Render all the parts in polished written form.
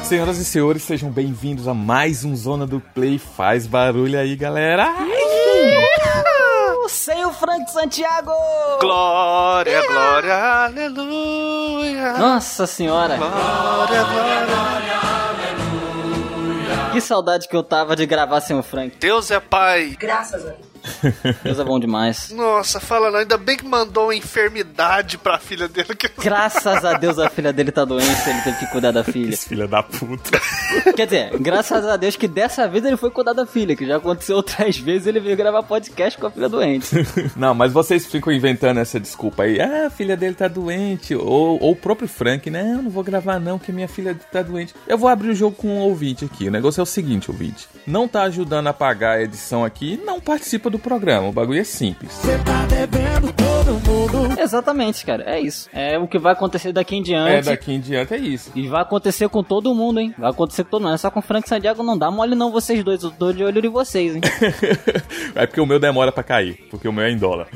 Senhoras e senhores, sejam bem-vindos a mais um Zona do Play. Faz barulho aí, galera. Sem o Frank Santiago! Glória, glória, aleluia. Nossa senhora! Glória, glória. Que saudade que eu tava de gravar sem o Frank. Deus é pai. Graças a Deus. Deus é bom demais. Nossa, fala não, ainda bem que mandou uma enfermidade pra filha dele. Graças a Deus a filha dele tá doente, ele teve que cuidar da filha. Esse filho da puta. Quer dizer, graças a Deus que dessa vez ele foi cuidar da filha, que já aconteceu outras vezes ele veio gravar podcast com a filha doente. Não, mas vocês ficam inventando essa desculpa aí. Ah, a filha dele tá doente. Ou o próprio Frank, né? Eu não vou gravar não, que minha filha tá doente. Eu vou abrir o jogo com um ouvinte aqui. O negócio é o seguinte, ouvinte. Não tá ajudando a pagar a edição aqui, não participa do programa. O bagulho é simples. Você tá devendo todo mundo. Exatamente, cara. É isso. É o que vai acontecer daqui em diante. Daqui em diante é isso. E vai acontecer com todo mundo, hein? Vai acontecer com todo mundo. Não é só com o Frank Santiago, não dá mole não vocês dois. Eu tô de olho em vocês, hein? É porque o meu demora pra cair. Porque o meu é em dólar.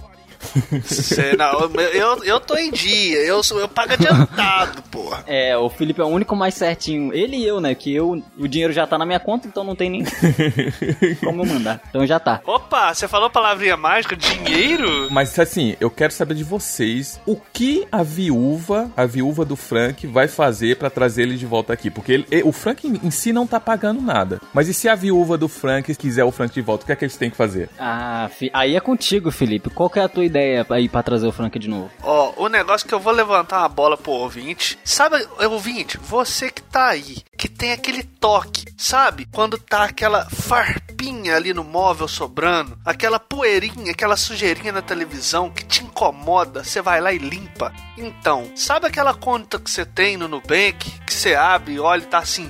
Não, eu tô em dia, eu pago adiantado, porra. É, o Felipe é o único mais certinho. Ele e eu, né? Que o dinheiro já tá na minha conta, então não tem nem como eu mandar. Então já tá. Opa, você falou palavrinha mágica, dinheiro? Mas assim, eu quero saber de vocês o que a viúva do Frank vai fazer pra trazer ele de volta aqui. Porque o Frank em si não tá pagando nada. Mas e se a viúva do Frank quiser o Frank de volta, o que é que eles têm que fazer? Ah, aí é contigo, Felipe. Qual que é a tua ideia aí pra trazer o Frank de novo? Ó, o negócio que eu vou levantar uma bola pro ouvinte. Sabe, ouvinte, você que tá aí, que tem aquele toque, sabe? Quando tá aquela farpinha ali no móvel sobrando, aquela poeirinha, aquela sujeirinha na televisão que te incomoda, você vai lá e limpa. Então, sabe aquela conta que você tem no Nubank, que você abre e olha e tá assim,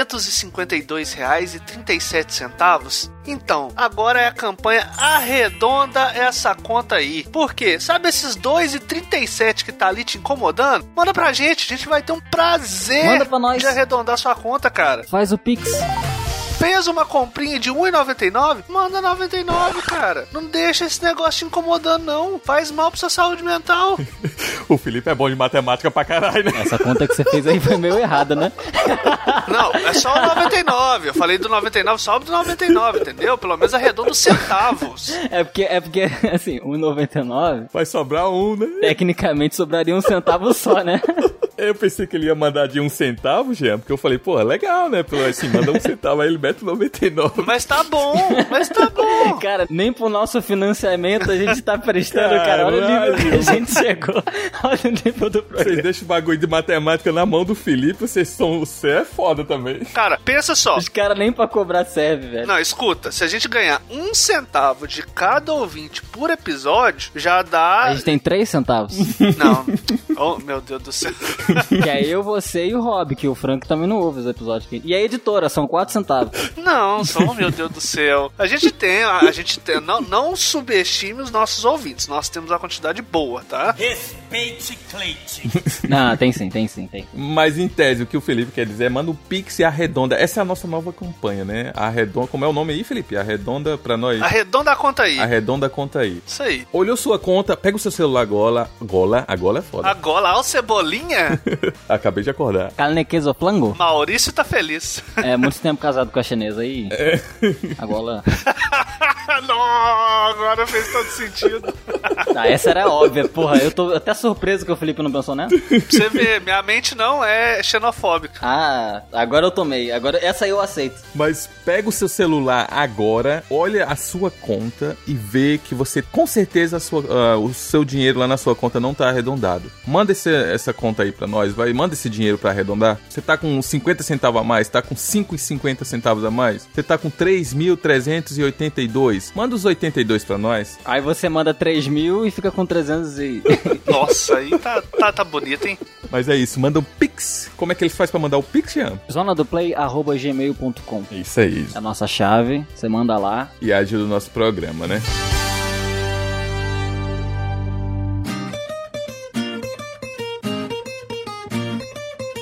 R$252,37? Então, agora é a campanha Arredonda essa conta aí. Por quê? Sabe esses R$2,37 que tá ali te incomodando? Manda pra gente, a gente vai ter um prazer. Manda pra nós. De arredondar sua conta, cara. Faz o Pix. Fez uma comprinha de R$1,99? Manda R$99, cara. Não deixa esse negócio te incomodando, não. Faz mal pra sua saúde mental. O Felipe é bom de matemática pra caralho, né? Essa conta que você fez aí foi meio errada, né? Não, é só o 99. Eu falei do 99, só do 99, entendeu? Pelo menos arredonda os centavos. É porque assim, R$1,99... Vai sobrar um, né? Tecnicamente sobraria um centavo só, né? Eu pensei que ele ia mandar de 1 centavo, Jean, porque eu falei, pô, é legal, né? Assim, manda 1 centavo, aí ele mete 99. Mas tá bom, mas tá bom. Cara, nem pro nosso financiamento a gente tá prestando, cara. Olha o nível que a gente chegou. Olha o nível do programa. Vocês deixam o bagulho de matemática na mão do Felipe, você é foda também. Cara, pensa só. Os caras nem pra cobrar serve, velho. Não, escuta, se a gente ganhar 1 centavo de cada ouvinte por episódio, já dá... A gente tem 3 centavos. Não. Oh, meu Deus do céu. Que é eu, você e o Rob, que o Frank também não ouve os episódios aqui. E a editora, são 4 centavos. Não, meu Deus do céu. A gente tem, não subestime os nossos ouvintes. Nós temos uma quantidade boa, tá? Respeite Cleite. Não, tem sim. Mas em tese, o que o Felipe quer dizer é, manda o Pix e arredonda. Essa é a nossa nova campanha, né? Arredonda, como é o nome aí, Felipe? Arredonda pra nós. Arredonda a conta aí. Arredonda a conta aí. Isso aí. Olhou sua conta, pega o seu celular agora é foda. Agora, ó, Cebolinha? Acabei de acordar. Carnequeso flango? Maurício tá feliz. É, muito tempo casado com a chinesa aí. É. Agora... Não, agora fez todo sentido. Tá, essa era óbvia, porra. Eu tô até surpreso que o Felipe não pensou nessa. Pra você ver, minha mente não é xenofóbica. Ah, agora eu tomei. Agora essa eu aceito. Mas pega o seu celular agora, olha a sua conta e vê que você, com certeza, o seu dinheiro lá na sua conta não tá arredondado. Manda essa conta aí pra nós, manda esse dinheiro pra arredondar. Você tá com 50 centavos a mais, tá com 5,50 centavos a mais, você tá com 3.382. Manda os 82 pra nós. Aí você manda 3.000 e fica com 300 e... Nossa, aí tá bonito, hein? Mas é isso, manda um Pix. Como é que ele faz pra mandar o Pix, Jean? zonadoplay@gmail.com. É isso aí. É a nossa chave, você manda lá. E ajuda o nosso programa, né?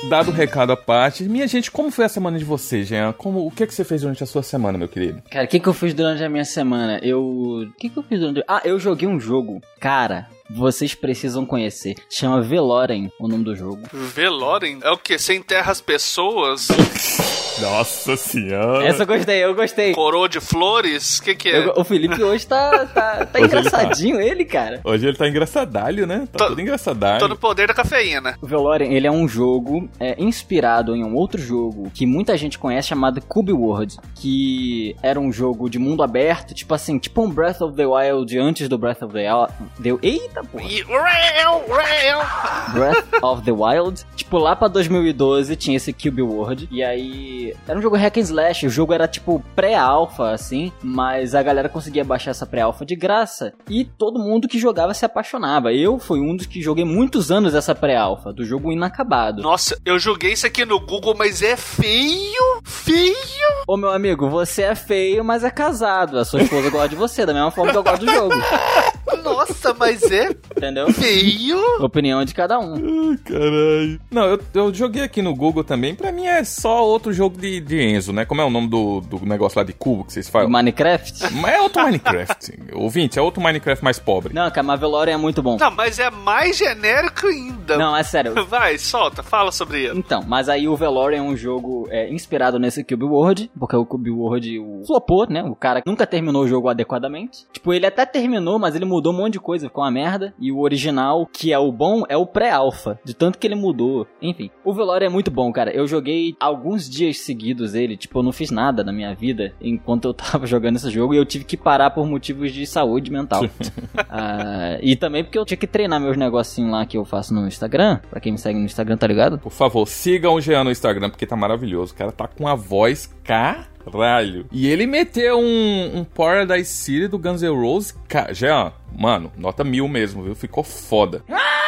dado o recado à parte, minha gente, como foi a semana de vocês, Jean? O que você fez durante a sua semana, meu querido? Cara, o que eu fiz durante a minha semana? O que eu fiz durante... eu joguei um jogo. Cara, vocês precisam conhecer. Chama Veloren, o nome do jogo. Veloren? É o quê? Você enterra as pessoas? Nossa senhora. Essa eu gostei. Coroa de flores? O que é? O Felipe hoje tá Hoje engraçadinho, ele, cara. Hoje ele tá engraçadalho, né? Tá tudo engraçadalho. Todo o poder da cafeína. O Veloren, ele é um jogo inspirado em um outro jogo que muita gente conhece, chamado Cube World, que era um jogo de mundo aberto, tipo assim, tipo um Breath of the Wild antes do Breath of the Wild. Eita, porra. Breath of the Wild. Tipo, lá pra 2012 tinha esse Cube World, e aí era um jogo hack and slash. O jogo era tipo pré-alpha, assim, mas a galera conseguia baixar essa pré-alpha de graça, e todo mundo que jogava se apaixonava. Eu fui um dos que joguei muitos anos essa pré-alpha, do jogo inacabado. Nossa, eu joguei isso aqui no Google, mas é feio, feio. Ô, meu amigo, você é feio, mas é casado. A sua esposa gosta de você, da mesma forma que eu gosto do jogo. Nossa, mas é entendeu? Feio. Opinião de cada um. Ai, caralho. Não, eu joguei aqui no Google também. Pra mim é só outro jogo de Enzo, né? Como é o nome do negócio lá de cubo que vocês falam? Minecraft? Mas é outro Minecraft. Ouvinte, é outro Minecraft mais pobre. Não, cara, mas Veloren é muito bom. Não, mas é mais genérico ainda. Não, é sério. Vai, solta, fala sobre ele. Então, mas aí o Veloren é um jogo inspirado nesse Cube World, porque o Cube World flopou, né? O cara nunca terminou o jogo adequadamente. Tipo, ele até terminou, mas ele mudou um monte de coisa, ficou uma merda. E o original, que é o bom, é o pré-alpha, de tanto que ele mudou. Enfim, o Veloren é muito bom, cara. Eu joguei alguns dias seguidos ele, tipo, eu não fiz nada na minha vida enquanto eu tava jogando esse jogo, e eu tive que parar por motivos de saúde mental. E também porque eu tinha que treinar meus negocinhos lá que eu faço no Instagram. Pra quem me segue no Instagram, tá ligado? Por favor, sigam o Jean no Instagram, porque tá maravilhoso. O cara tá com a voz caralho. E ele meteu um Paradise City do Guns N' Roses. Jean, mano, nota 1000 mesmo, viu? Ficou foda.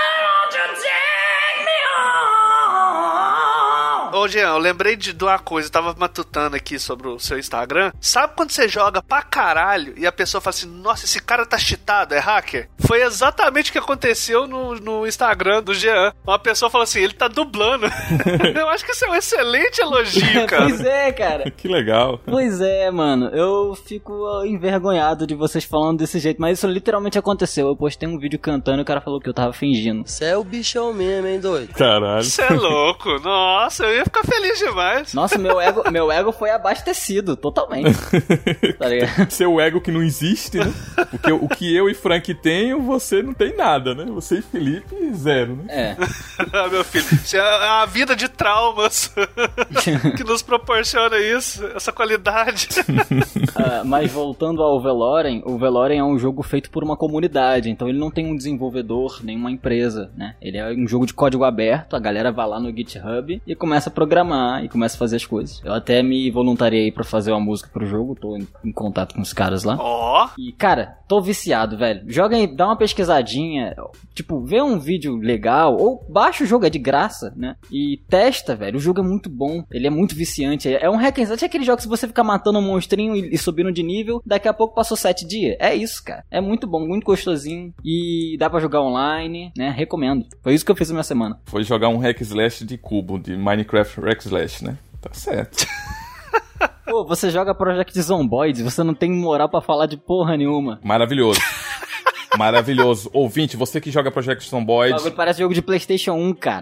Ô, Jean, eu lembrei de uma coisa, eu tava matutando aqui sobre o seu Instagram. Sabe quando você joga pra caralho e a pessoa fala assim, nossa, esse cara tá cheatado, é hacker? Foi exatamente o que aconteceu no Instagram do Jean. Uma pessoa falou assim, ele tá dublando. Eu acho que isso é um excelente elogio, cara. Pois é, cara. Que legal. Pois é, mano. Eu fico envergonhado de vocês falando desse jeito, mas isso literalmente aconteceu. Eu postei um vídeo cantando e o cara falou que eu tava fingindo. Você é o bichão mesmo, hein, doido? Caralho. Você é louco. Nossa, eu ia ficar feliz demais. Nossa, meu ego foi abastecido, totalmente. Tá ligado? Seu ego que não existe, né? Porque o que eu e Frank tenho, você não tem nada, né? Você e Felipe, zero, né? Ah, meu filho, isso é a vida de traumas que nos proporciona isso, essa qualidade. Mas voltando ao Veloren, o Veloren é um jogo feito por uma comunidade, então ele não tem um desenvolvedor, nenhuma empresa, né? Ele é um jogo de código aberto, a galera vai lá no GitHub e começa a programar e começa a fazer as coisas. Eu até me voluntariei pra fazer uma música pro jogo, tô em contato com os caras lá. Ó. E, cara, tô viciado, velho. Joga aí, dá uma pesquisadinha, tipo, vê um vídeo legal, ou baixa o jogo, é de graça, né? E testa, velho. O jogo é muito bom, ele é muito viciante. É um hack and slash, é aquele jogo que se você ficar matando um monstrinho e subindo de nível, daqui a pouco passou 7 dias. É isso, cara. É muito bom, muito gostosinho. E dá pra jogar online, né? Recomendo. Foi isso que eu fiz na minha semana. Foi jogar um hack slash de cubo, de Minecraft hack slash, né? Tá certo. Pô, você joga Project Zomboid, você não tem moral pra falar de porra nenhuma. Maravilhoso. Maravilhoso. Ouvinte, você que joga Project Zomboid... Parece jogo de PlayStation 1, cara.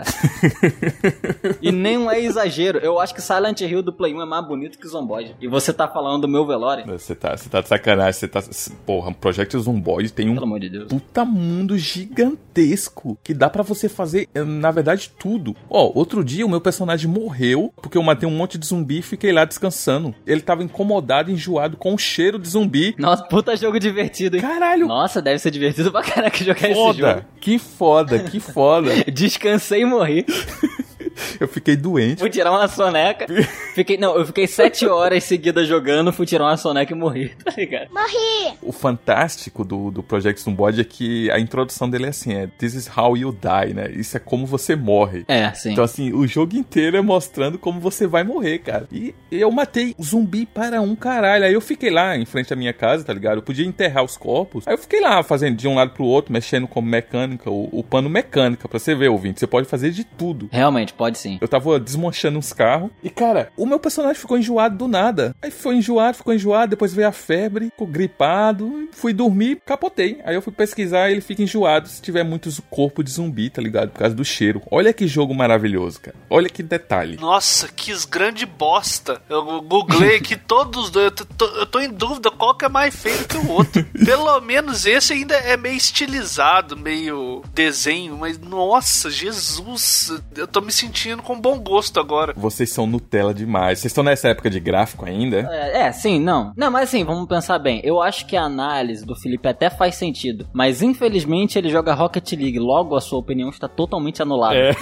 E nem é exagero. Eu acho que Silent Hill do Play 1 é mais bonito que Zomboid. E você tá falando do meu Veloren? Você tá de sacanagem. Você tá... Porra, Project Zomboid tem um Pelo amor de Deus. puta mundo gigantesco que dá pra você fazer, na verdade, tudo. Outro dia o meu personagem morreu porque eu matei um monte de zumbi e fiquei lá descansando. Ele tava incomodado, enjoado com o cheiro de zumbi. Nossa, puta jogo divertido, hein? Caralho. Nossa, deve ser divertido pra caraca jogar esse jogo. Que foda. Descansei e morri. Eu fiquei doente. Vou tirar uma soneca. Eu fiquei 7 horas seguidas jogando, fui tirar uma soneca e morri, tá ligado? O fantástico do Project Zomboid é que a introdução dele é assim, This is how you die, né? Isso é como você morre. Sim. Então assim, o jogo inteiro é mostrando como você vai morrer, cara. E eu matei zumbi para um caralho. Aí eu fiquei lá em frente à minha casa, tá ligado? Eu podia enterrar os corpos. Aí eu fiquei lá fazendo de um lado pro outro, mexendo com mecânica, o pano mecânica, pra você ver, ouvinte. Você pode fazer de tudo. Realmente, pode sim. Eu tava desmanchando uns carros. E, cara, o meu personagem ficou enjoado do nada. Aí ficou enjoado, depois veio a febre, ficou gripado, fui dormir, capotei. Aí eu fui pesquisar e ele fica enjoado se tiver muitos corpos de zumbi, tá ligado? Por causa do cheiro. Olha que jogo maravilhoso, cara. Olha que detalhe. Nossa, que grande bosta. Eu googlei aqui todos os dois. Eu tô em dúvida qual que é mais feio que o outro. Pelo menos esse ainda é meio estilizado, meio desenho, mas nossa, Jesus, eu tô me sentindo com bom gosto agora. Vocês são Nutella demais. Vocês estão nessa época de gráfico ainda? Sim, não. Não, mas assim, vamos pensar bem. Eu acho que a análise do Felipe até faz sentido, mas infelizmente ele joga Rocket League, logo a sua opinião está totalmente anulada.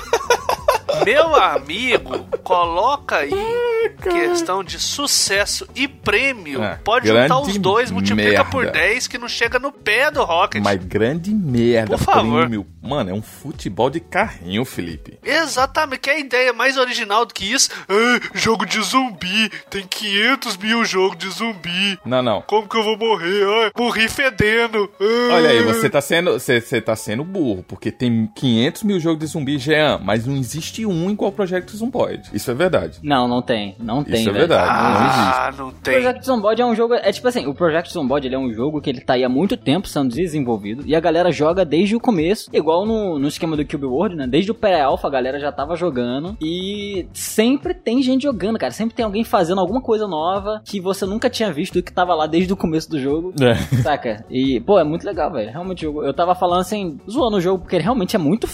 Meu amigo, coloca aí questão de sucesso e prêmio. Pode juntar os dois, multiplica por 10 que não chega no pé do Rocket. Mas grande merda. Por favor. Prêmio. Mano, é um futebol de carrinho, Felipe. Exatamente, que é a ideia mais original do que isso. Jogo de zumbi, tem 500 mil jogos de zumbi. Não. Como que eu vou morrer? Morri fedendo. Olha aí, você tá sendo burro, porque tem 500 mil jogos de zumbi, Jean, mas não existe um igual o Project Zomboid. Isso é verdade. Não tem. Isso é verdade. Não existe. Não tem. O Project Zomboid é um jogo... É tipo assim, o Project Zomboid ele é um jogo que ele tá aí há muito tempo sendo desenvolvido e a galera joga desde o começo, igual no esquema do Cube World, né? Desde o pré-alpha a galera já tava jogando e sempre tem gente jogando, cara. Sempre tem alguém fazendo alguma coisa nova que você nunca tinha visto, que tava lá desde o começo do jogo. Saca? E, pô, é muito legal, velho. Realmente, eu tava falando assim, zoando o jogo, porque ele realmente é muito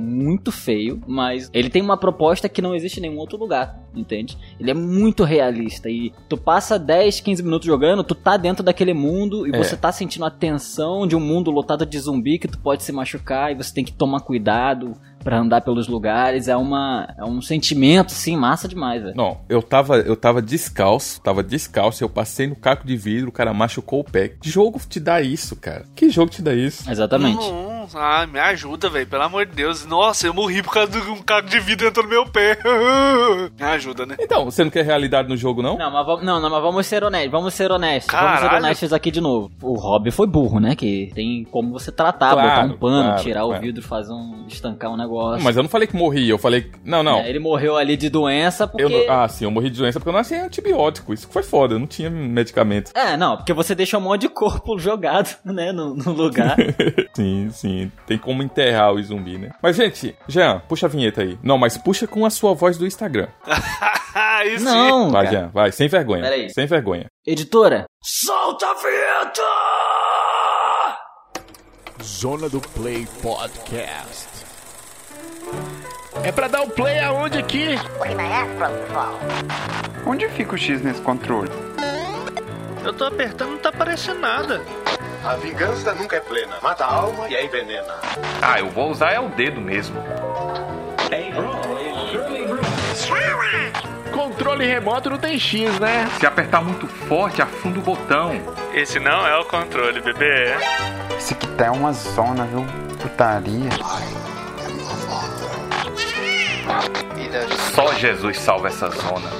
feio, mas ele tem uma proposta que não existe em nenhum outro lugar, entende? Ele é muito realista e tu passa 10, 15 minutos jogando, tu tá dentro daquele mundo e você tá sentindo a tensão de um mundo lotado de zumbi que tu pode se machucar e você tem que tomar cuidado pra andar pelos lugares. É um sentimento, assim, massa demais, velho. Não, eu tava descalço, eu passei no caco de vidro, o cara machucou o pé. Que jogo te dá isso, cara? Que jogo te dá isso? Exatamente. Me ajuda, velho, pelo amor de Deus. Nossa, eu morri por causa de um caco de vidro dentro do meu pé. Me ajuda, né? Então, você não quer realidade no jogo, não? Não, mas vamos ser honestos. Vamos ser honestos aqui de novo. O Rob foi burro, né? Que tem como você tratar, botar um pano, tirar o vidro, estancar um negócio. Mas eu não falei que morri, eu falei... Não. Ele morreu ali de doença porque... Sim, eu morri de doença porque eu não achei antibiótico. Isso que foi foda, eu não tinha medicamento. Porque você deixou um monte de corpo jogado, né, no lugar. Sim. Tem como enterrar o zumbi, né? Mas, gente, Jean, puxa a vinheta aí. Não, mas puxa com a sua voz do Instagram. Isso não, vai, cara. Jean, vai, sem vergonha. Peraí. Sem vergonha. Editora. Solta a vinheta! Zona do Play Podcast. É pra dar o play aonde aqui? Onde fica o X nesse controle? Eu tô apertando, não tá aparecendo nada. A vingança nunca é plena. Mata a alma e a envenena. Eu vou usar o dedo mesmo. Controle remoto não tem X, né? Se apertar muito forte, afunda o botão. Esse não é o controle, bebê. Esse aqui tá uma zona, viu? Putaria. Só Jesus salva essa zona.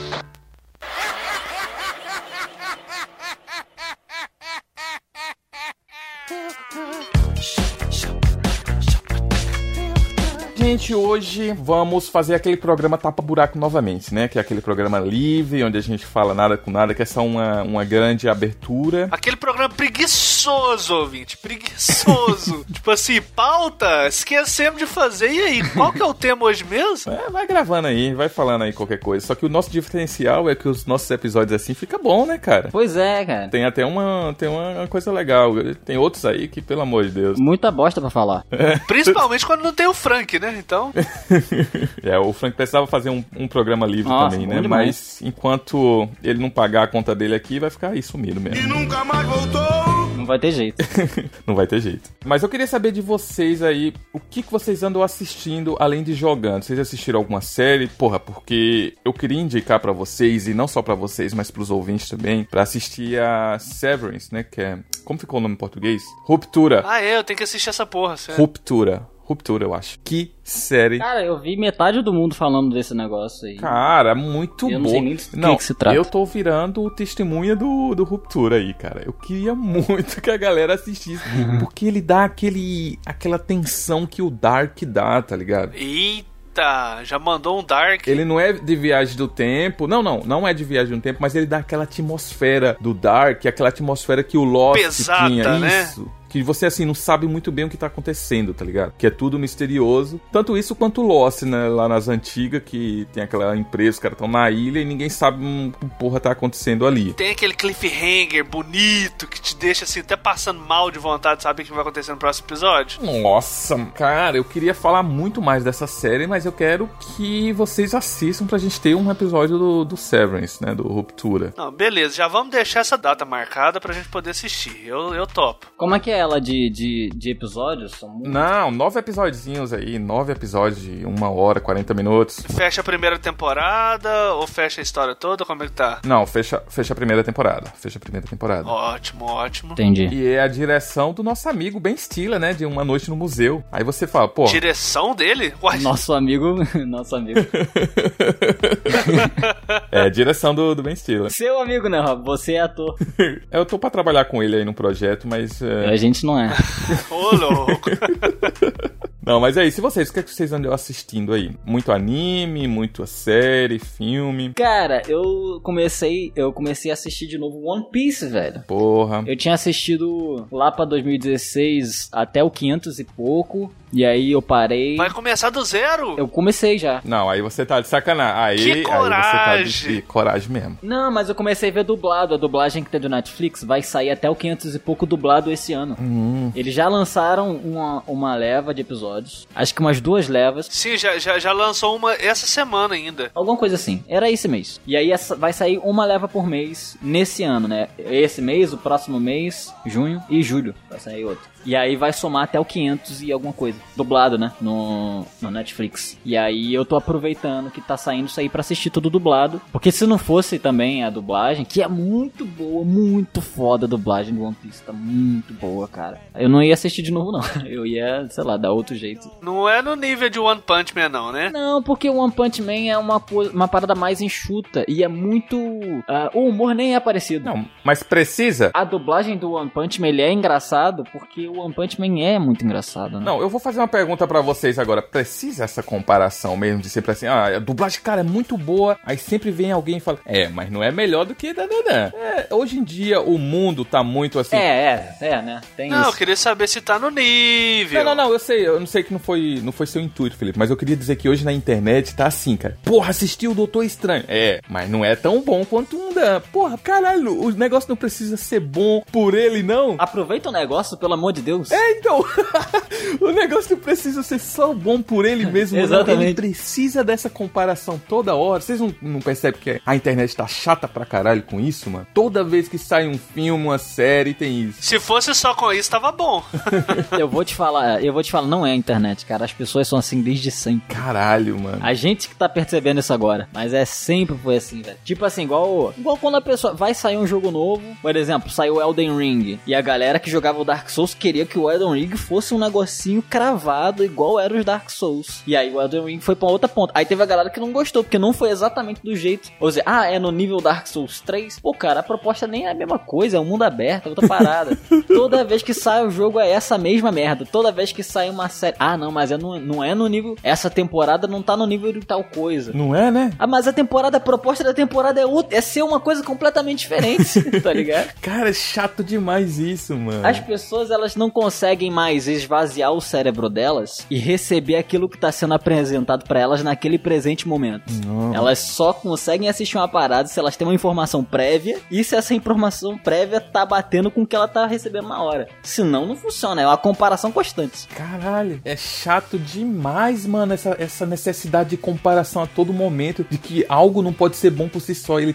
Gente, hoje vamos fazer aquele programa Tapa-Buraco novamente, né? Que é aquele programa livre, onde a gente fala nada com nada, que é só uma grande abertura. Aquele programa preguiçoso, ouvinte, preguiçoso. Tipo assim, pauta, esquecemos de fazer. E aí, qual que é o tema hoje mesmo? Vai gravando aí, vai falando aí qualquer coisa. Só que o nosso diferencial é que os nossos episódios assim fica bom, né, cara? Pois é, cara. Tem até uma coisa legal. Tem outros aí que, pelo amor de Deus. Muita bosta pra falar. Principalmente quando não tem o Frank, né? Então... o Frank precisava fazer um programa livre também, né? Mas enquanto ele não pagar a conta dele aqui, vai ficar aí sumido mesmo. E nunca mais voltou. Não vai ter jeito. Não vai ter jeito. Mas eu queria saber de vocês aí, o que vocês andam assistindo além de jogando? Vocês assistiram alguma série? Porra, porque eu queria indicar pra vocês, e não só pra vocês, mas pros ouvintes também, pra assistir a Severance, né? Que é... Como ficou o nome em português? Ruptura. Eu tenho que assistir essa porra, sério. Ruptura, eu acho. Que série. Cara, eu vi metade do mundo falando desse negócio aí. Cara, muito bom. Eu não sei nem do que se trata. Eu tô virando testemunha do Ruptura aí, cara. Eu queria muito que a galera assistisse. Porque ele dá aquela tensão que o Dark dá, tá ligado? Eita, já mandou um Dark. Ele não é de viagem do tempo. Não é de viagem do tempo, mas ele dá aquela atmosfera do Dark, aquela atmosfera que o Lost pesada, tinha. né? Isso. Que você, assim, não sabe muito bem o que tá acontecendo, tá ligado? Que é tudo misterioso. Tanto isso quanto o Lost, né? Lá nas antigas, que tem aquela empresa, os caras estão na ilha e ninguém sabe o que porra tá acontecendo ali. Tem aquele cliffhanger bonito que te deixa, assim, até passando mal de vontade de saber o que vai acontecer no próximo episódio. Nossa, cara, eu queria falar muito mais dessa série, mas eu quero que vocês assistam pra gente ter um episódio do Severance, né? Do Ruptura. Não, beleza, já vamos deixar essa data marcada pra gente poder assistir. Eu topo. Como é que é ela de episódios? São muitos. Não, 9 episódiozinhos aí, 9 episódios de 1 hora, 40 minutos. Fecha a primeira temporada ou fecha a história toda? Como é que tá? Não, fecha a primeira temporada. Ótimo. Entendi. E é a direção do nosso amigo Ben Stiller, né? De Uma Noite no Museu. Aí você fala, pô... Direção dele? Uai. Nosso amigo. É a direção do Ben Stiller. Seu amigo, né, Rob? Você é ator. Eu tô pra trabalhar com ele aí num projeto, mas... A gente não é. Ô, louco. Não, mas é isso. E vocês? O que é que vocês andam assistindo aí? Muito anime, muito série, filme? Cara, eu comecei a assistir de novo One Piece, velho. Porra. Eu tinha assistido lá pra 2016 até o 500 e pouco. E aí eu parei. Vai começar do zero? Eu comecei já. Não, aí você tá de sacanagem. Que coragem. Aí você tá de coragem mesmo. Não, mas eu comecei a ver dublado. A dublagem que tem do Netflix vai sair até o 500 e pouco dublado esse ano. Eles já lançaram uma leva de episódios. Acho que umas 2 levas. Sim, já lançou uma essa semana ainda. Alguma coisa assim. Era esse mês. E aí vai sair uma leva por mês nesse ano, né? Esse mês, o próximo mês, junho e julho. Vai sair outro. E aí vai somar até o 500 e alguma coisa. Dublado, né? No Netflix. E aí eu tô aproveitando que tá saindo isso aí pra assistir tudo dublado. Porque se não fosse também a dublagem, que é muito boa, muito foda a dublagem do One Piece. Tá muito boa, cara. Eu não ia assistir de novo, não. Eu ia, sei lá, dar outro jeito. Não é no nível de One Punch Man, não, né? Não, porque o One Punch Man é uma parada mais enxuta. E é muito... o humor nem é parecido. Não, mas precisa? A dublagem do One Punch Man, ele é engraçado porque o One Punch Man é muito engraçado, né? Não, eu vou fazer uma pergunta pra vocês agora. Precisa essa comparação mesmo de sempre assim, a dublagem, cara, é muito boa, aí sempre vem alguém e fala, mas não é melhor do que dananã. Hoje em dia o mundo tá muito assim... né? Tem não, isso. eu queria saber se tá no nível. Não, eu não sei que não foi seu intuito, Felipe, mas eu queria dizer que hoje na internet tá assim, cara. Porra, assistiu o Doutor Estranho. Mas não é tão bom quanto um da... Porra, caralho, o negócio não precisa ser bom por ele, não. Aproveita o negócio, pelo amor de Deus. Então, o negócio não precisa ser só bom por ele mesmo. Exatamente. Ele precisa dessa comparação toda hora. Vocês não percebem que a internet tá chata pra caralho com isso, mano? Toda vez que sai um filme, uma série, tem isso. Se fosse só com isso, tava bom. Eu vou te falar, não é a internet, cara. As pessoas são assim desde sempre. Caralho, mano. A gente que tá percebendo isso agora. Mas sempre foi assim, velho. Tipo assim, igual quando a pessoa vai sair um jogo novo. Por exemplo, saiu o Elden Ring. E a galera que jogava o Dark Souls queria que o Elden Ring fosse um negocinho cravado, igual era os Dark Souls. E aí o Elden Ring foi pra outra ponta. Aí teve a galera que não gostou, porque não foi exatamente do jeito. Ou seja, é no nível Dark Souls 3. Pô, cara, a proposta nem é a mesma coisa, é um mundo aberto, é outra parada. Toda vez que sai o jogo é essa mesma merda. Toda vez que sai uma série... não, mas não é no nível... Essa temporada não tá no nível de tal coisa. Não é, né? Mas a proposta da temporada é outra. É ser uma coisa completamente diferente, tá ligado? Cara, é chato demais isso, mano. As pessoas, elas não conseguem mais esvaziar o cérebro delas e receber aquilo que tá sendo apresentado pra elas naquele presente momento. Não. Elas só conseguem assistir uma parada se elas têm uma informação prévia e se essa informação prévia tá batendo com o que ela tá recebendo na hora. Senão, não funciona. É uma comparação constante. Caralho, é chato demais, mano, essa necessidade de comparação a todo momento, de que algo não pode ser bom por si só, ele tem que ser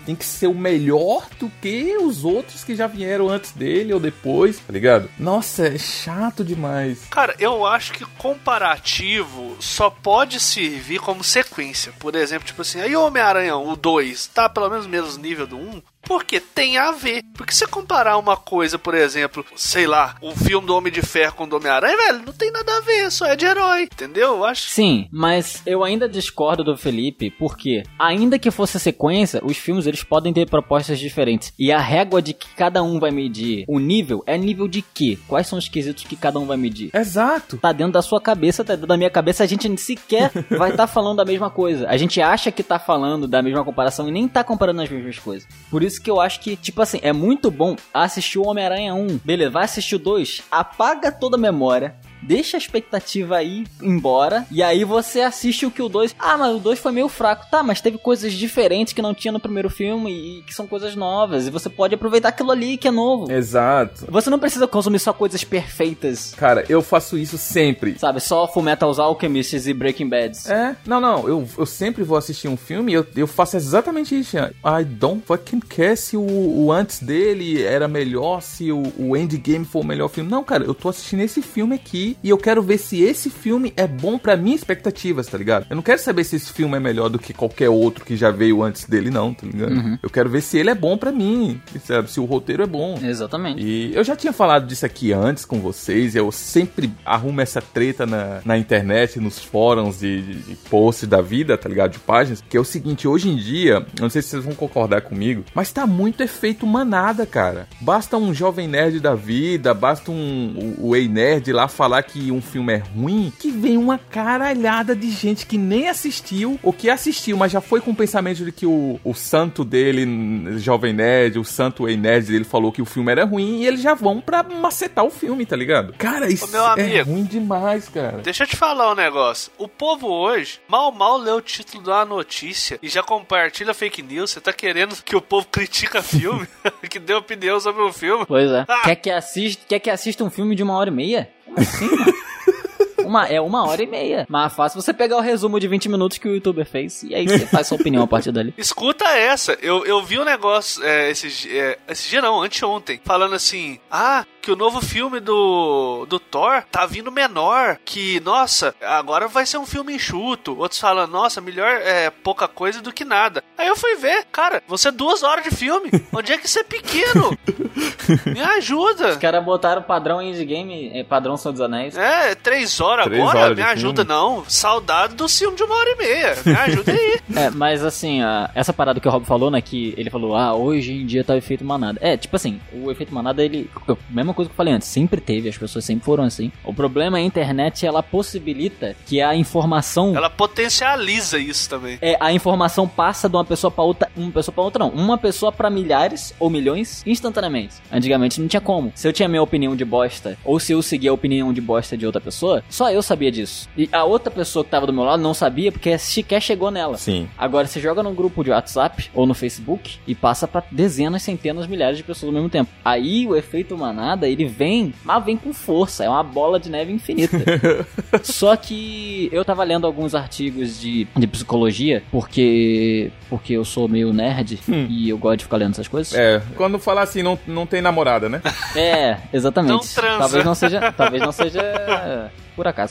ser o melhor do que os outros que já vieram antes dele ou depois, tá ligado? Nossa, é chato demais. Cara, eu acho que comparativo só pode servir como sequência. Por exemplo, tipo assim, aí o Homem-Aranha, o 2, tá pelo menos no mesmo nível do 1, porque tem a ver. Porque se comparar uma coisa, por exemplo, sei lá, o filme do Homem de Ferro com o do Homem-Aranha, velho, não tem nada a ver, só é de herói, entendeu? Eu acho. Sim, mas eu ainda discordo do Felipe, porque ainda que fosse sequência, os filmes eles podem ter propostas diferentes. E a régua de que cada um vai medir o nível é nível de quê? Quais são os quesitos que cada um vai medir? Exato. Tá dentro da sua cabeça, tá dentro da minha cabeça, a gente sequer vai estar falando da mesma coisa. A gente acha que tá falando da mesma comparação e nem tá comparando as mesmas coisas. Por isso que eu acho que, tipo assim, é muito bom assistir o Homem-Aranha 1. Beleza, vai assistir o 2, apaga toda a memória, deixa a expectativa aí embora, e aí você assiste o que o 2... Ah, mas o 2 foi meio fraco. Tá, mas teve coisas diferentes que não tinha no primeiro filme e que são coisas novas, e você pode aproveitar aquilo ali que é novo. Exato. Você não precisa consumir só coisas perfeitas. Cara, eu faço isso sempre. Sabe, só Fullmetal Alchemist e Breaking Bad. Não, eu sempre vou assistir um filme e eu faço exatamente isso. I don't fucking care se o antes dele era melhor, se o Endgame foi o melhor filme. Não, cara, eu tô assistindo esse filme aqui e eu quero ver se esse filme é bom pra minhas expectativas, tá ligado? Eu não quero saber se esse filme é melhor do que qualquer outro que já veio antes dele, não, tá ligado? Uhum. Eu quero ver se ele é bom pra mim, sabe? Se o roteiro é bom. Exatamente. E eu já tinha falado disso aqui antes com vocês, eu sempre arrumo essa treta na internet, nos fóruns de posts da vida, tá ligado? De páginas, que é o seguinte, hoje em dia, não sei se vocês vão concordar comigo, mas tá muito efeito manada, cara. Basta um jovem nerd da vida, basta o Ei Nerd lá falar que um filme é ruim, que vem uma caralhada de gente que nem assistiu, ou que assistiu, mas já foi com o pensamento de que o santo dele, jovem nerd, o santo Ei Nerd dele falou que o filme era ruim, e eles já vão pra macetar o filme, tá ligado? Cara, isso é ruim demais, cara. Deixa eu te falar um negócio. O povo hoje, mal lê o título da notícia e já compartilha fake news. Você tá querendo que o povo critica filme? Que dê opinião sobre o filme? Pois é. Quer que assista um filme de 1h30? Como assim, mano? É 1h30. Mas é fácil você pegar o resumo de 20 minutos que o YouTuber fez e aí você faz sua opinião a partir dali. Escuta essa. Eu vi um negócio esse dia não, anteontem, falando assim, que o novo filme do Thor tá vindo menor, que, nossa, agora vai ser um filme enxuto. Outros falam, nossa, melhor pouca coisa do que nada. Aí eu fui ver, cara, você 2 horas de filme, onde é que você é pequeno? Me ajuda. Os caras botaram padrão Endgame, padrão Senhor dos Anéis. 3 horas agora? Me ajuda filme. Não, saudade do filme de 1h30, me ajuda aí. Mas assim, essa parada que o Rob falou, né, que ele falou, hoje em dia tá o efeito manada. Tipo assim, o efeito manada, mesma coisa que eu falei antes, sempre teve, as pessoas sempre foram assim. O problema é a internet, ela possibilita que a informação... Ela potencializa isso também. A informação passa de uma pessoa pra outra, uma pessoa pra milhares ou milhões instantaneamente. Antigamente não tinha como. Se eu tinha minha opinião de bosta, ou se eu seguia a opinião de bosta de outra pessoa, só eu sabia disso. E a outra pessoa que tava do meu lado não sabia porque sequer chegou nela. Sim. Agora você joga num grupo de WhatsApp ou no Facebook e passa pra dezenas, centenas, milhares de pessoas ao mesmo tempo. Aí o efeito manada, ele vem com força. É uma bola de neve infinita. Só que eu tava lendo alguns artigos de psicologia, porque eu sou meio nerd e eu gosto de ficar lendo essas coisas. Quando falar assim, não tem namorada, né? Exatamente. Não transa. Talvez não seja por acaso.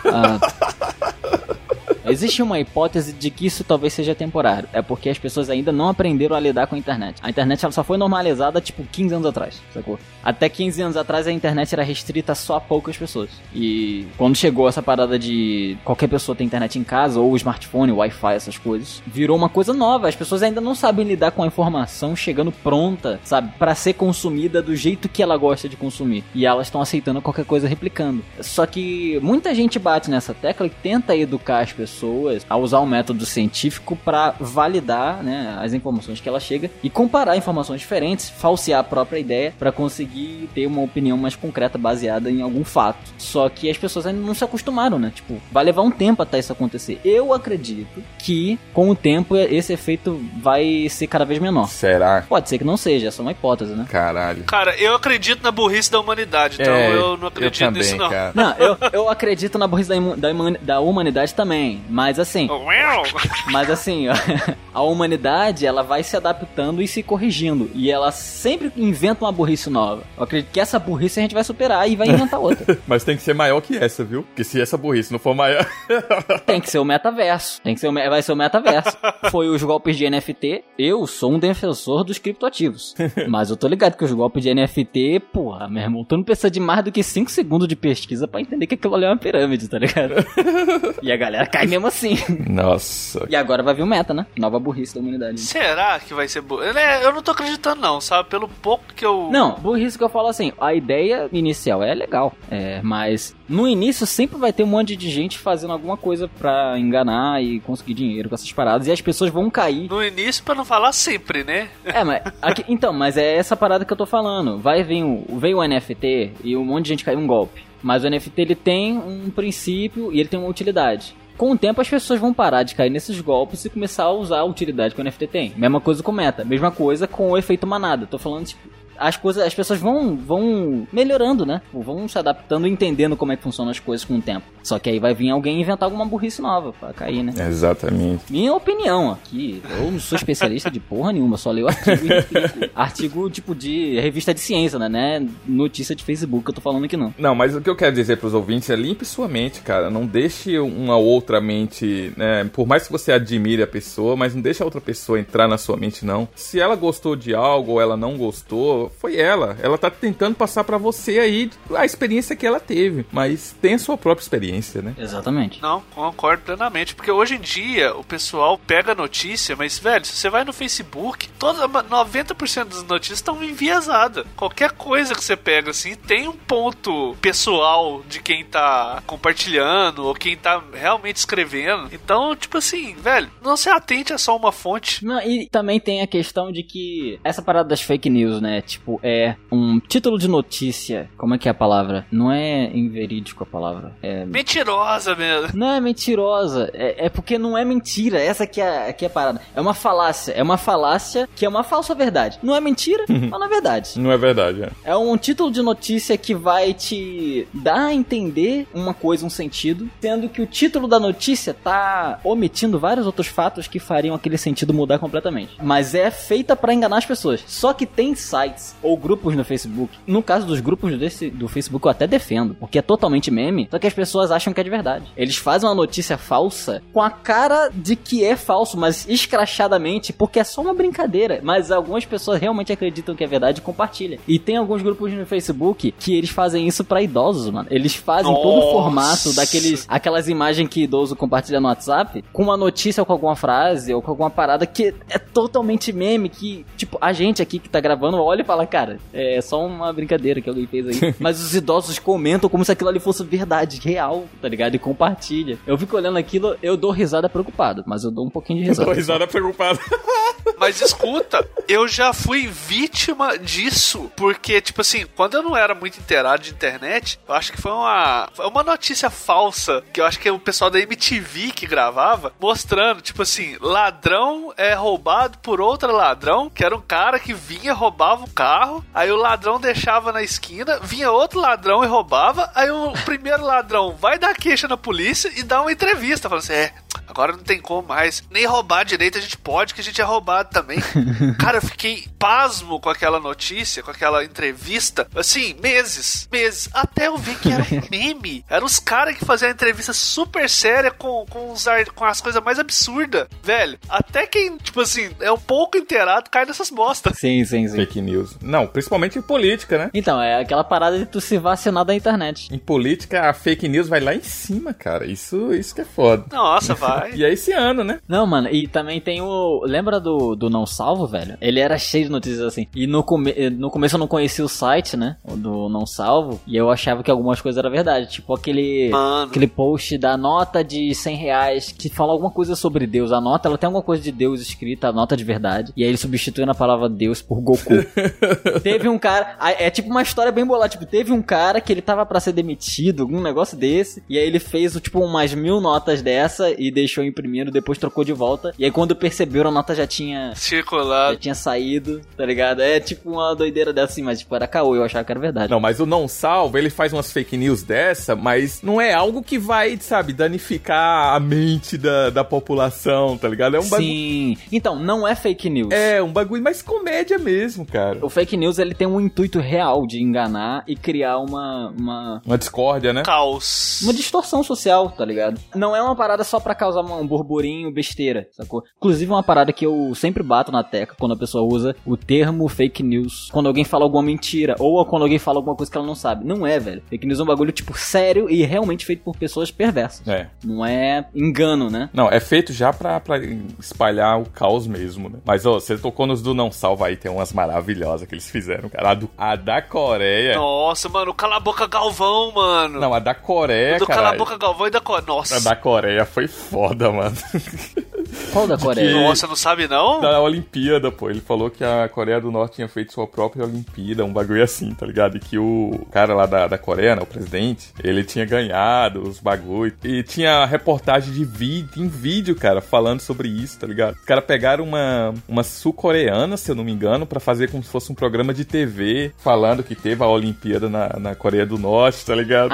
Existe uma hipótese de que isso talvez seja temporário. É porque as pessoas ainda não aprenderam a lidar com a internet. A internet ela só foi normalizada, 15 anos atrás, sacou? Até 15 anos atrás a internet era restrita só a poucas pessoas. E quando chegou essa parada de qualquer pessoa ter internet em casa, ou smartphone, Wi-Fi, essas coisas, virou uma coisa nova. As pessoas ainda não sabem lidar com a informação chegando pronta, sabe? Pra ser consumida do jeito que ela gosta de consumir. E elas estão aceitando qualquer coisa replicando. Só que muita gente bate nessa tecla e tenta educar as pessoas a usar um método científico para validar, né, as informações que ela chega e comparar informações diferentes, falsear a própria ideia para conseguir ter uma opinião mais concreta baseada em algum fato. Só que as pessoas ainda não se acostumaram, né? Vai levar um tempo até isso acontecer. Eu acredito que com o tempo esse efeito vai ser cada vez menor. Será? Pode ser que não seja, é só uma hipótese, né? Caralho. Cara, eu acredito na burrice da humanidade, então eu não acredito nisso não. Cara. Não, eu acredito na burrice da humanidade também. Mas assim, a humanidade, ela vai se adaptando e se corrigindo. E ela sempre inventa uma burrice nova. Eu acredito que essa burrice a gente vai superar e vai inventar outra. Mas tem que ser maior que essa, viu? Porque se essa burrice não for maior... Tem que ser o metaverso. Vai ser o metaverso. Foi os golpes de NFT. Eu sou um defensor dos criptoativos. Mas eu tô ligado que os golpes de NFT, porra, meu irmão, tu não precisa de mais do que 5 segundos de pesquisa pra entender que aquilo ali é uma pirâmide, tá ligado? E a galera cai mesmo assim. Nossa. E agora vai vir o meta, né? Nova burrice da humanidade. Será que vai ser Eu não tô acreditando não, sabe? Pelo pouco que eu... Não, burrice que eu falo assim, a ideia inicial é legal, mas no início sempre vai ter um monte de gente fazendo alguma coisa pra enganar e conseguir dinheiro com essas paradas, e as pessoas vão cair. No início, pra não falar sempre, né? Mas é essa parada que eu tô falando. Veio o NFT e um monte de gente caiu um golpe. Mas o NFT, ele tem um princípio e ele tem uma utilidade. Com o tempo, as pessoas vão parar de cair nesses golpes e começar a usar a utilidade que o NFT tem. Mesma coisa com o meta. Mesma coisa com o efeito manada. Tô falando, tipo... As pessoas vão melhorando, né? Vão se adaptando e entendendo como é que funcionam as coisas com o tempo. Só que aí vai vir alguém inventar alguma burrice nova pra cair, né? Exatamente. Minha opinião aqui, eu não sou especialista de porra nenhuma, só leio artigo tipo de revista de ciência, né? Notícia de Facebook que eu tô falando aqui não. Não, mas o que eu quero dizer pros ouvintes é limpe sua mente, cara. Não deixe uma outra mente, né? Por mais que você admire a pessoa, mas não deixe a outra pessoa entrar na sua mente, não. Se ela gostou de algo ou ela não gostou, foi ela. Ela tá tentando passar pra você aí a experiência que ela teve. Mas tem a sua própria experiência, né? Exatamente. Não, concordo plenamente. Porque hoje em dia o pessoal pega a notícia, mas, velho, se você vai no Facebook, 90% das notícias estão enviesadas. Qualquer coisa que você pega, assim, tem um ponto pessoal de quem tá compartilhando ou quem tá realmente escrevendo. Então, tipo assim, velho, não se atente a só uma fonte. Não, e também tem a questão de que essa parada das fake news, né? Tipo, é um título de notícia. Como é que é a palavra? Não é inverídico a palavra. É... Mentirosa mesmo. Não é mentirosa. É porque não é mentira. Essa aqui é a parada. É uma falácia. É uma falácia que é uma falsa verdade. Não é mentira, mas não é verdade. Não é verdade, é. É um título de notícia que vai te dar a entender uma coisa, um sentido, sendo que o título da notícia tá omitindo vários outros fatos que fariam aquele sentido mudar completamente. Mas é feita pra enganar as pessoas. Só que tem sites ou grupos no Facebook. No caso dos grupos do Facebook eu até defendo, porque é totalmente meme, só que as pessoas acham que é de verdade. Eles fazem uma notícia falsa com a cara de que é falso, mas escrachadamente, porque é só uma brincadeira. Mas algumas pessoas realmente acreditam que é verdade e compartilham. E tem alguns grupos no Facebook que eles fazem isso pra idosos, mano. Eles fazem todo o formato aquelas imagens que idoso compartilha no WhatsApp, com uma notícia ou com alguma frase ou com alguma parada que é totalmente meme, que, tipo, a gente aqui que tá gravando olha e fala, cara, é só uma brincadeira que alguém fez aí. Mas os idosos comentam como se aquilo ali fosse verdade, real, tá ligado? E compartilha. Eu fico olhando aquilo, eu dou risada preocupado, mas eu dou um pouquinho de risada. Dou risada preocupado. Mas escuta, eu já fui vítima disso, porque, tipo assim, quando eu não era muito inteirado de internet, eu acho que foi uma notícia falsa, que eu acho que é o pessoal da MTV que gravava, mostrando, tipo assim, ladrão é roubado por outro ladrão, que era um cara que vinha, roubava o carro, aí o ladrão deixava na esquina, vinha outro ladrão e roubava, aí o primeiro ladrão vai dar queixa na polícia e dá uma entrevista, falando assim, agora não tem como mais, nem roubar direito a gente pode, que a gente é roubado também. Cara, eu fiquei pasmo com aquela notícia, com aquela entrevista, assim, meses, até eu ver que era um meme. Eram os caras que faziam a entrevista super séria com as coisas mais absurdas, velho. Até quem, tipo assim, é um pouco inteirado cai nessas bostas. Sim. Fake news. Não, principalmente em política, né? Então, é aquela parada de tu se vacinar da internet. Em política, a fake news vai lá em cima, cara. Isso que é foda. Nossa, vai. E é esse ano, né? Não, mano, e também tem o... Lembra do Não Salvo, velho? Ele era cheio de notícias assim. E no começo eu não conhecia o site, né? Do Não Salvo. E eu achava que algumas coisas eram verdade. Tipo aquele post da nota de R$100 que fala alguma coisa sobre Deus. A nota, ela tem alguma coisa de Deus escrita, a nota de verdade. E aí ele substituindo a palavra Deus por Goku. Teve um cara... É tipo uma história bem bolada. Tipo, teve um cara que ele tava pra ser demitido, algum negócio desse. E aí ele fez, tipo, umas 1000 notas dessa e deixou imprimindo, depois trocou de volta. E aí quando perceberam, a nota já tinha circulado. Já tinha saído, tá ligado? É tipo uma doideira dessa assim, mas tipo, era caô, eu achava que era verdade. Não, mas o Não Salvo, ele faz umas fake news dessa, mas não é algo que vai, sabe, danificar a mente da população, tá ligado? É um bagulho... Sim. Então, não é fake news. É, um bagulho mais comédia mesmo, cara. O fake news, ele tem um intuito real de enganar e criar uma discórdia, né? Caos. Uma distorção social, tá ligado? Não é uma parada só pra causar um burburinho besteira, sacou? Inclusive, uma parada que eu sempre bato na tecla quando a pessoa usa o termo fake news. Quando alguém fala alguma mentira, ou quando alguém fala alguma coisa que ela não sabe. Não é, velho. Fake news é um bagulho, tipo, sério e realmente feito por pessoas perversas. É. Não é engano, né? Não, é feito já pra espalhar o caos mesmo, né? Mas, ó, você tocou nos do Não Salva aí, tem umas maravilhosas que eles fizeram, cara. A da Coreia... Nossa, mano, Cala a Boca Galvão, mano. Não, a da Coreia, cara... Cala a Boca Galvão e da Coreia. Nossa. A da Coreia foi foda, mano. Qual da Coreia? Nossa, não sabe não? Da Olimpíada, pô. Ele falou que a Coreia do Norte tinha feito sua própria Olimpíada, um bagulho assim, tá ligado? E que o cara lá da Coreia, né, o presidente, ele tinha ganhado os bagulhos. E tinha reportagem de vídeo, cara, falando sobre isso, tá ligado? Os caras pegaram uma sul-coreana, se eu não me engano, pra fazer como se fosse um programa de TV, falando que teve a Olimpíada na Coreia do Norte, tá ligado?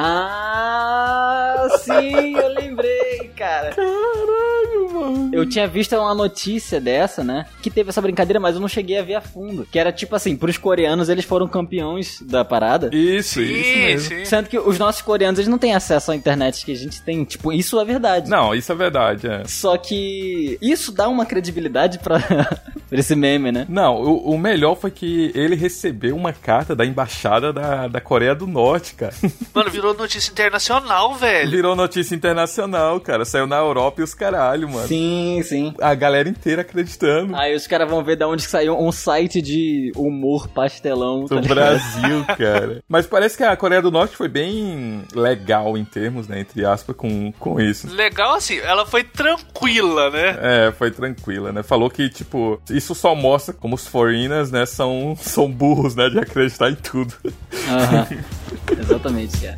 Ah, sim, eu lembrei, cara. Caralho, mano. Eu tinha visto uma notícia dessa, né? Que teve essa brincadeira, mas eu não cheguei a ver a fundo. Que era tipo assim, pros coreanos, eles foram campeões da parada. Isso mesmo. Sim. Sendo que os nossos coreanos, eles não têm acesso à internet que a gente tem. Tipo, isso é verdade. Não, isso é verdade, é. Só que isso dá uma credibilidade pra esse meme, né? Não, o melhor foi que ele recebeu uma carta da embaixada da Coreia do Norte, cara. Mano, virou notícia internacional, velho. Virou notícia internacional, cara. Saiu na Europa e os caralho, mano. Sim. A galera inteira acreditando. Aí os caras vão ver da onde saiu um site de humor pastelão. Do Brasil, cara. Mas parece que a Coreia do Norte foi bem legal em termos, né, entre aspas, com isso. Legal assim, ela foi tranquila, né? É, foi tranquila, né? Falou que, tipo, isso só mostra como os foreigners, né, são burros, né, de acreditar em tudo. Aham. Exatamente, cara.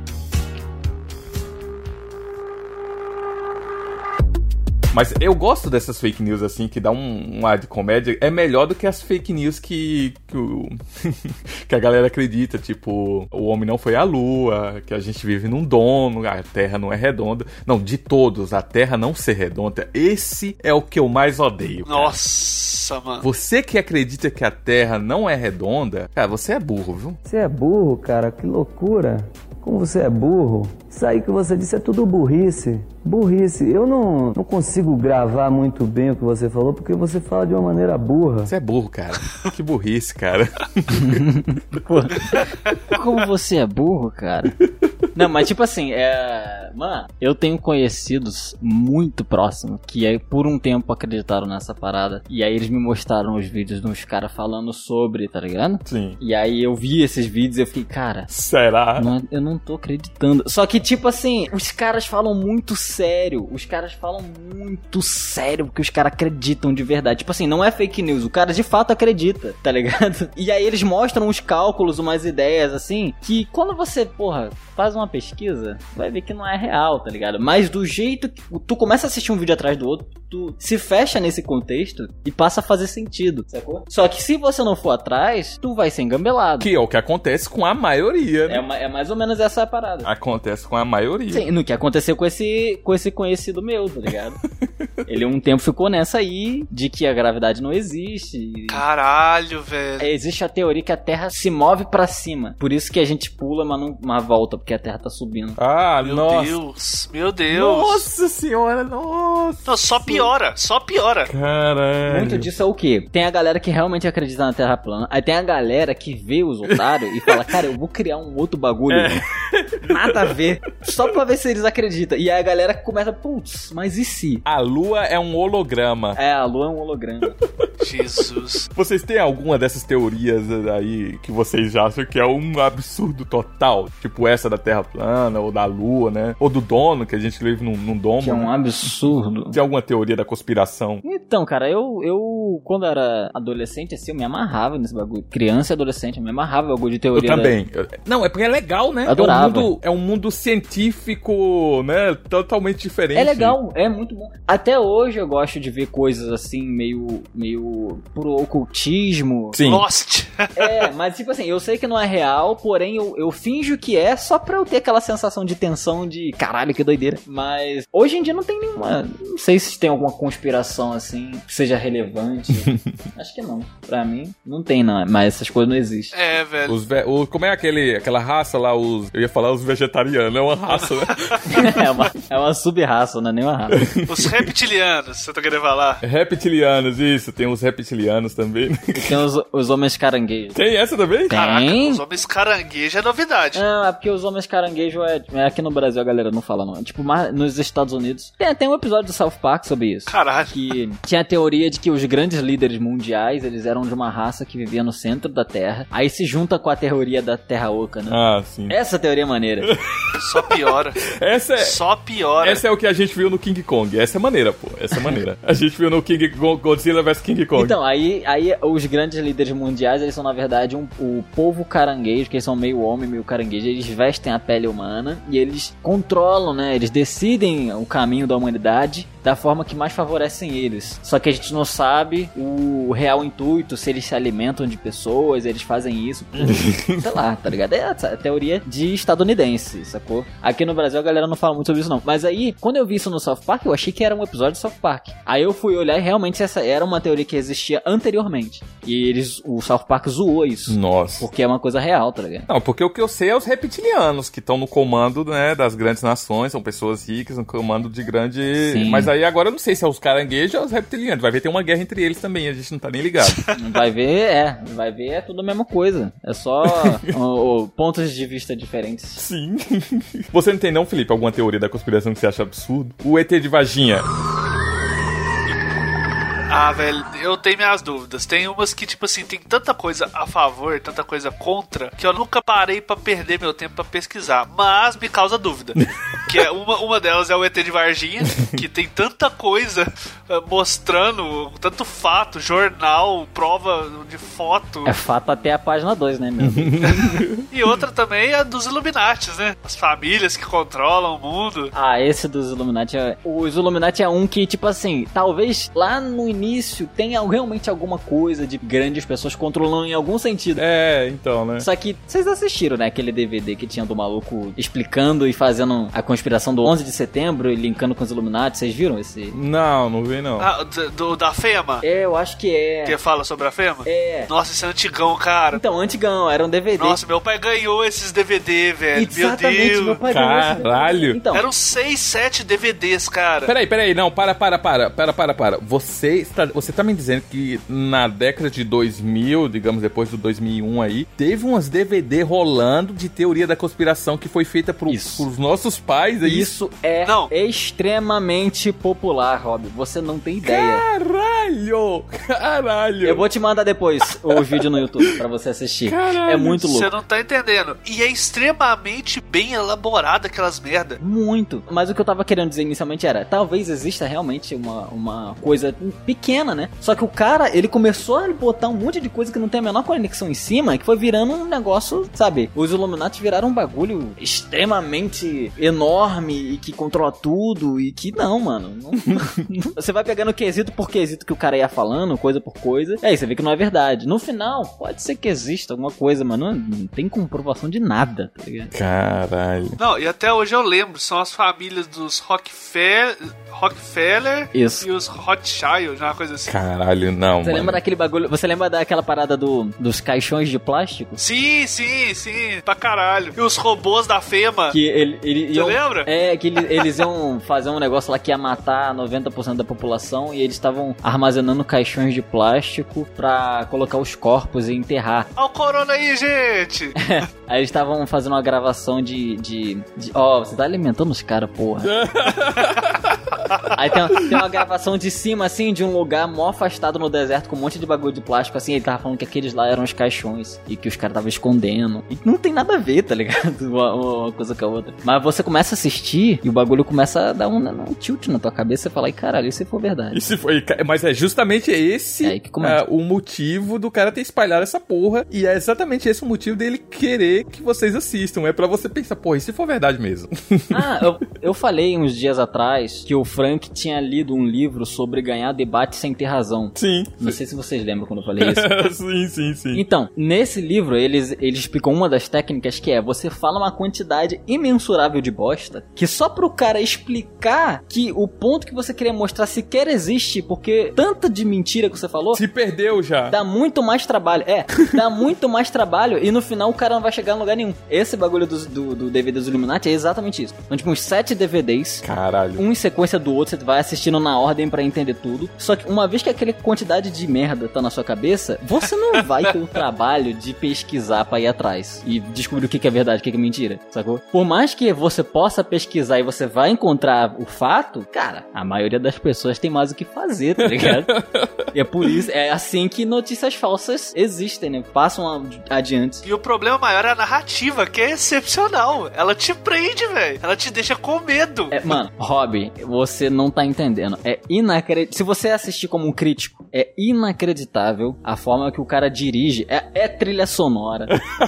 Mas eu gosto dessas fake news, assim, que dá um ar de comédia. É melhor do que as fake news que a galera acredita. Tipo, o homem não foi à lua, que a gente vive num domo, a Terra não é redonda. Não, de todos, a Terra não ser redonda, esse é o que eu mais odeio, cara. Nossa, mano. Você que acredita que a Terra não é redonda, cara, você é burro, viu? Você é burro, cara, que loucura. Como você é burro. Isso aí que você disse é tudo burrice. Burrice. Eu não consigo gravar muito bem o que você falou, porque você fala de uma maneira burra. Você é burro, cara. Que burrice, cara. Como você é burro, cara. Não, mas tipo assim, mano, eu tenho conhecidos muito próximos que aí por um tempo acreditaram nessa parada. E aí eles me mostraram os vídeos de uns caras falando sobre, tá ligado? Sim. E aí eu vi esses vídeos e eu fiquei, cara... Será? Eu não tô acreditando. Só que tipo assim, os caras falam muito sério. Os caras falam muito sério porque os caras acreditam de verdade. Tipo assim, não é fake news. O cara de fato acredita, tá ligado? E aí eles mostram uns cálculos, umas ideias assim, que quando você, faz uma pesquisa, vai ver que não é real, tá ligado? Mas do jeito que tu começa a assistir um vídeo atrás do outro, tu se fecha nesse contexto e passa a fazer sentido, sacou? Só que se você não for atrás, tu vai ser engambelado. Que é o que acontece com a maioria, né? É mais ou menos essa a parada. Acontece com a maioria. Sim, no que aconteceu com esse conhecido meu, tá ligado? Ele um tempo ficou nessa aí, de que a gravidade não existe. Caralho, velho. Existe a teoria que a Terra se move pra cima. Por isso que a gente pula, mas não volta, porque a Terra tá subindo. Ah, Meu nossa. Deus, meu Deus. Nossa senhora, nossa. Não, só piora. Caralho. Muito disso é o quê? Tem a galera que realmente acredita na Terra plana. Aí tem a galera que vê os otários e fala, cara, eu vou criar um outro bagulho. Nada a ver. Só pra ver se eles acreditam. E aí a galera começa, putz, mas e se? A Lua é um holograma. É, a Lua é um holograma. Jesus. Vocês têm alguma dessas teorias aí que vocês já acham que é um absurdo total? Tipo essa da Terra plana, ou da Lua, né? Ou do dono, que a gente vive num domo. Que é um absurdo. Tem alguma teoria da conspiração? Então, cara, eu quando era adolescente, assim, eu me amarrava nesse bagulho. Criança e adolescente, eu me amarrava no bagulho de teoria. Eu também. Não, é porque é legal, né? Adorava. É um mundo científico, né? Totalmente diferente. É legal, é muito bom. Até hoje eu gosto de ver coisas assim, meio pro ocultismo. Sim. Lost. Mas tipo assim, eu sei que não é real, porém eu finjo que é só pra eu ter aquela sensação de tensão de caralho, que doideira. Mas hoje em dia não tem nenhuma... Não sei se tem alguma conspiração assim que seja relevante. Acho que não. Pra mim, não tem não. Mas essas coisas não existem. É, velho. Como é aquela raça lá, eu ia falar os vegetarianos, é uma raça, né? é uma sub-raça, não é nem uma raça. Os reptilianos, você tá querendo falar? Reptilianos, isso. Tem os reptilianos também. E tem os homens caranguejos. Tem essa também? Caraca, os homens caranguejo é novidade. Não, é porque os homens caranguejo é aqui no Brasil a galera não fala não. É tipo, nos Estados Unidos. Tem um episódio do South Park sobre isso. Caralho. Que tinha a teoria de que os grandes líderes mundiais, eles eram de uma raça que vivia no centro da Terra. Aí se junta com a teoria da Terra Oca, né? Ah, sim. Essa teoria é maneira. Só piora. Só piora. Essa é o que a gente viu no King Kong. Essa é maneira, pô. Essa é maneira. A gente viu no Godzilla vs King Kong. Então, aí os grandes líderes mundiais, eles são, na verdade, o povo caranguejo, que eles são meio homem, meio caranguejo. Eles vestem a pele humana e eles controlam, né? Eles decidem o caminho da humanidade da forma que mais favorecem eles. Só que a gente não sabe o real intuito, se eles se alimentam de pessoas, eles fazem isso por, sei lá, tá ligado? É a teoria de estadunidense, sacou? Aqui no Brasil a galera não fala muito sobre isso não. Mas aí, quando eu vi isso no South Park, eu achei que era um episódio de South Park. Aí eu fui olhar e realmente essa era uma teoria que existia anteriormente. E o South Park zoou isso. Nossa. Porque é uma coisa real, tá ligado? Não, porque o que eu sei é os reptilianos, que estão no comando, né, das grandes nações, são pessoas ricas, no comando de grande... Sim. Mas aí agora eu não sei se é os caranguejos ou os reptilianos. Vai ver, tem uma guerra entre eles também, a gente não tá nem ligado. Vai ver é tudo a mesma coisa. É só pontos de vista diferentes. Sim. Você não tem não, Felipe, alguma teoria da conspiração que você acha absurdo? O ET de Varginha. Ah, velho, eu tenho minhas dúvidas. Tem umas que, tipo assim, tem tanta coisa a favor, tanta coisa contra, que eu nunca parei pra perder meu tempo pra pesquisar. Mas me causa dúvida. Que é uma delas é o ET de Varginha, que tem tanta coisa mostrando, tanto fato, jornal, prova de foto. É fato até a página 2, né, meu? E outra também é dos Illuminatis, né? As famílias que controlam o mundo. Ah, esse dos Illuminati os Illuminati é um que, tipo assim, talvez lá no início tenha realmente alguma coisa de grandes pessoas controlando em algum sentido. É, então, né? Só que vocês assistiram, né, aquele DVD que tinha do maluco explicando e fazendo a conspiração do 11 de setembro e linkando com os Illuminati, vocês viram esse? Não vi não. Ah, da FEMA? É, eu acho que é. Que fala sobre a FEMA? É. Nossa, esse é antigão, cara. Então, antigão, era um DVD. Nossa, meu pai ganhou esses DVD, velho. Exatamente, meu Deus. meu pai Caralho. Então, eram 6, 7 DVDs, cara. Peraí, não, para. Você tá me dizendo que na década de 2000, digamos, depois do 2001 aí, teve umas DVD rolando de teoria da conspiração que foi feita pros nossos pais, é isso? Isso é extremamente popular, Rob. Você não tem ideia. Caralho! Eu vou te mandar depois o vídeo no YouTube pra você assistir. Caralho, é muito louco. Você não tá entendendo. E é extremamente bem elaborada aquelas merda. Muito. Mas o que eu tava querendo dizer inicialmente era, talvez exista realmente uma coisa pequena, né? Só que o cara, ele começou a botar um monte de coisa que não tem a menor conexão em cima, que foi virando um negócio, sabe? Os Illuminati viraram um bagulho extremamente enorme e que controla tudo e que não, mano. Você vai pegando quesito por quesito que o cara ia falando, coisa por coisa, e aí você vê que não é verdade. No final, pode ser que exista alguma coisa, mas não tem comprovação de nada, tá ligado? Caralho. Não, e até hoje eu lembro, são as famílias dos Rockefeller Isso. E os Rothschild, uma coisa assim. Caralho, não, Você lembra daquele bagulho? Você lembra daquela parada dos caixões de plástico? Sim, pra caralho. E os robôs da FEMA. Que Você lembra? É, que eles iam fazer um negócio lá que ia matar 90% da população e eles estavam armazenando caixões de plástico pra colocar os corpos e enterrar. Olha o corona aí, gente! Aí eles estavam fazendo uma gravação de... Ó, você tá alimentando os caras, porra. Aí tem uma gravação de cima, assim, de um lugar mó afastado no deserto, com um monte de bagulho de plástico, assim. Ele tava falando que aqueles lá eram os caixões e que os caras estavam escondendo. E não tem nada a ver, tá ligado? Uma coisa com a outra. Mas você começa a assistir e o bagulho começa a dar um tilt na tua cabeça e fala, e caralho, e se for verdade? Mas é justamente esse o motivo do cara ter espalhado essa porra. E é exatamente esse o motivo dele querer que vocês assistam. É pra você pensar, porra, e se for verdade mesmo? Eu falei uns dias atrás que o Frank tinha lido um livro sobre ganhar debate sem ter razão. Sim. Não sei se vocês lembram quando eu falei isso. sim. Então, nesse livro, ele explicou uma das técnicas que é, você fala uma quantidade imensurável de bosta, que só pro cara explicar que o ponto que você queria mostrar sequer existe, porque tanta de mentira que você falou... Se perdeu já. Dá muito mais trabalho. Dá muito mais trabalho e no final o cara não vai chegar em lugar nenhum. Esse bagulho do DVD dos Illuminati é exatamente isso. Então, tipo, uns 7 DVDs. Caralho. Um em sequência do outro, você vai assistindo na ordem pra entender tudo. Só que uma vez que aquela quantidade de merda tá na sua cabeça, você não vai ter o trabalho de pesquisar pra ir atrás e descobrir o que é verdade, o que é mentira, sacou? Por mais que você possa pesquisar e você vai encontrar o fato, cara, a maioria das pessoas tem mais o que fazer, tá ligado? E é por isso, é assim que notícias falsas existem, né? Passam adiante. E o problema maior é a narrativa, que é excepcional. Ela te prende, velho. Ela te deixa com medo. Mano, Rob, você não tá entendendo. É inacreditável. Se você assistir como um crítico, é inacreditável a forma que o cara dirige. É trilha sonora.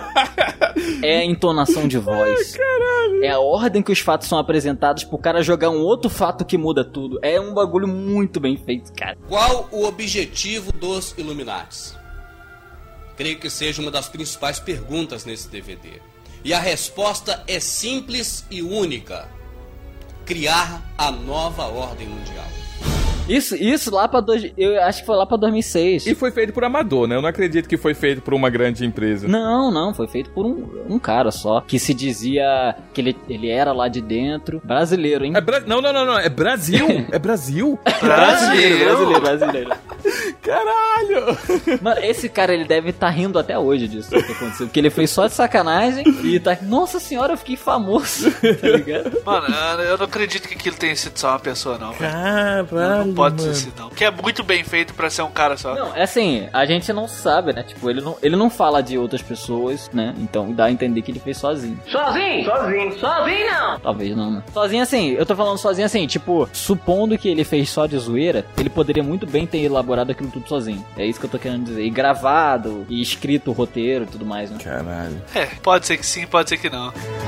É a entonação de voz. É a ordem que os fatos são apresentados pro cara jogar um outro fato que muda tudo. É um bagulho muito bem feito, cara. Qual o objetivo dos Illuminatis? Creio que seja uma das principais perguntas nesse DVD. E a resposta é simples e única: criar a nova ordem mundial. Isso lá pra... Eu acho que foi lá pra 2006. E foi feito por amador, né? Eu não acredito que foi feito por uma grande empresa. Não. Foi feito por um cara só. Que se dizia que ele era lá de dentro. Brasileiro, hein? Não. É Brasil. É Brasil. Brasileiro. Caralho. Mano, esse cara, ele deve estar rindo até hoje disso que aconteceu. Porque ele fez só de sacanagem e tá... Nossa senhora, eu fiquei famoso. Tá ligado? Mano, eu não acredito que aquilo tenha sido só uma pessoa, não. Caralho. Não pode ser assim, não. Que é muito bem feito pra ser um cara só. Não, é assim, a gente não sabe, né? Tipo, ele não fala de outras pessoas, né? Então dá a entender que ele fez sozinho. Sozinho não! Talvez não, né? Sozinho assim, eu tô falando sozinho assim, tipo, supondo que ele fez só de zoeira, ele poderia muito bem ter elaborado aquilo tudo sozinho. É isso que eu tô querendo dizer. E gravado, e escrito o roteiro e tudo mais, né? Caralho. Pode ser que sim, pode ser que não.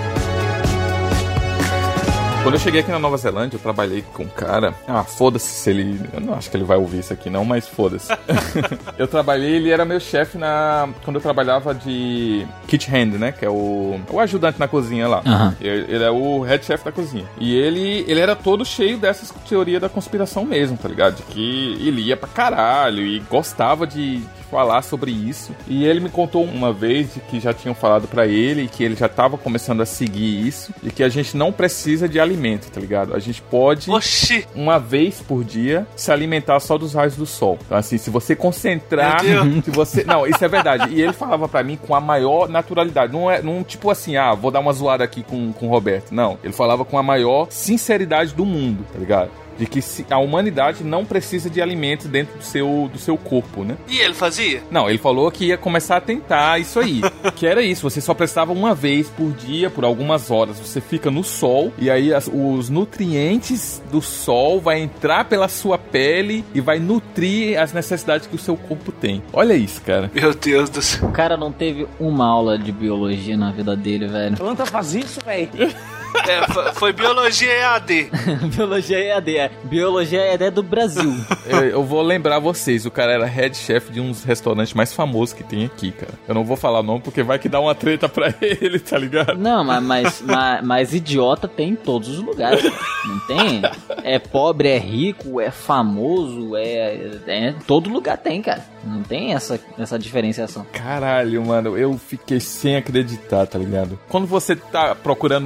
Quando eu cheguei aqui na Nova Zelândia, eu trabalhei com um cara... foda-se se ele... Eu não acho que ele vai ouvir isso aqui não, mas foda-se. Eu trabalhei, ele era meu chefe quando eu trabalhava de kitchen hand, né? Que é o ajudante na cozinha lá. Uhum. Ele é o head chef da cozinha. E ele era todo cheio dessas teorias da conspiração mesmo, tá ligado? De que ele ia pra caralho e gostava de falar sobre isso. E ele me contou uma vez de que já tinham falado pra ele que ele já tava começando a seguir isso e que a gente não precisa de alimento, tá ligado? A gente pode, uma vez por dia, se alimentar só dos raios do sol. Então, assim, se você concentrar... Se você... Não, isso é verdade. E ele falava pra mim com a maior naturalidade. Não tipo assim, vou dar uma zoada aqui com o Roberto. Não, ele falava com a maior sinceridade do mundo, tá ligado? De que a humanidade não precisa de alimentos dentro do seu corpo, né? E ele fazia? Não, ele falou que ia começar a tentar isso aí. Que era isso, você só precisava uma vez por dia, por algumas horas. Você fica no sol e aí os nutrientes do sol vai entrar pela sua pele e vai nutrir as necessidades que o seu corpo tem. Olha isso, cara. Meu Deus do céu. O cara não teve uma aula de biologia na vida dele, velho. Planta faz isso, velho. Foi biologia EAD. Biologia EAD, Biologia EAD do Brasil. Eu vou lembrar vocês, o cara era head chef de uns restaurantes mais famosos que tem aqui, cara. Eu não vou falar o nome porque vai que dá uma treta pra ele, tá ligado? Não, mas idiota tem em todos os lugares, cara. Não tem? É pobre, é rico, é famoso, todo lugar tem, cara. Não tem essa diferenciação. Caralho, mano, eu fiquei sem acreditar, tá ligado? Quando você tá procurando um vício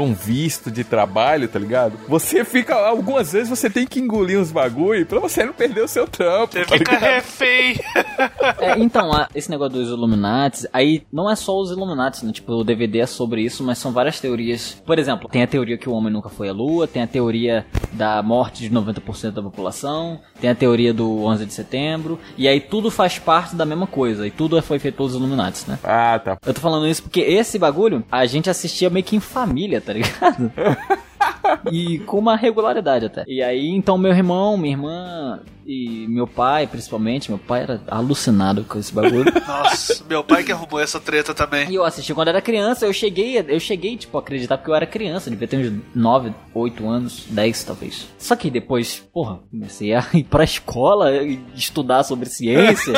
misto de trabalho, tá ligado? Você fica, algumas vezes você tem que engolir uns bagulho pra você não perder o seu trampo. Você tá fica ligado? refém. Então, esse negócio dos Illuminati, aí não é só os Illuminati, né? Tipo, o DVD é sobre isso, mas são várias teorias. Por exemplo, tem a teoria que o homem nunca foi à lua, tem a teoria da morte de 90% da população, tem a teoria do 11 de setembro, e aí tudo faz parte da mesma coisa, e tudo foi feito pelos Illuminati, né? Ah, tá. Eu tô falando isso porque esse bagulho, a gente assistia meio que em família, tá ligado? E com uma regularidade até. E aí, então, meu irmão, minha irmã e meu pai, principalmente, meu pai era alucinado com esse bagulho. Nossa, meu pai que arrumou essa treta também. E eu assisti quando era criança, eu cheguei, tipo, a acreditar porque eu era criança, devia ter uns 9, 8 anos, 10 talvez. Só que depois, porra, comecei a ir pra escola e estudar sobre ciência.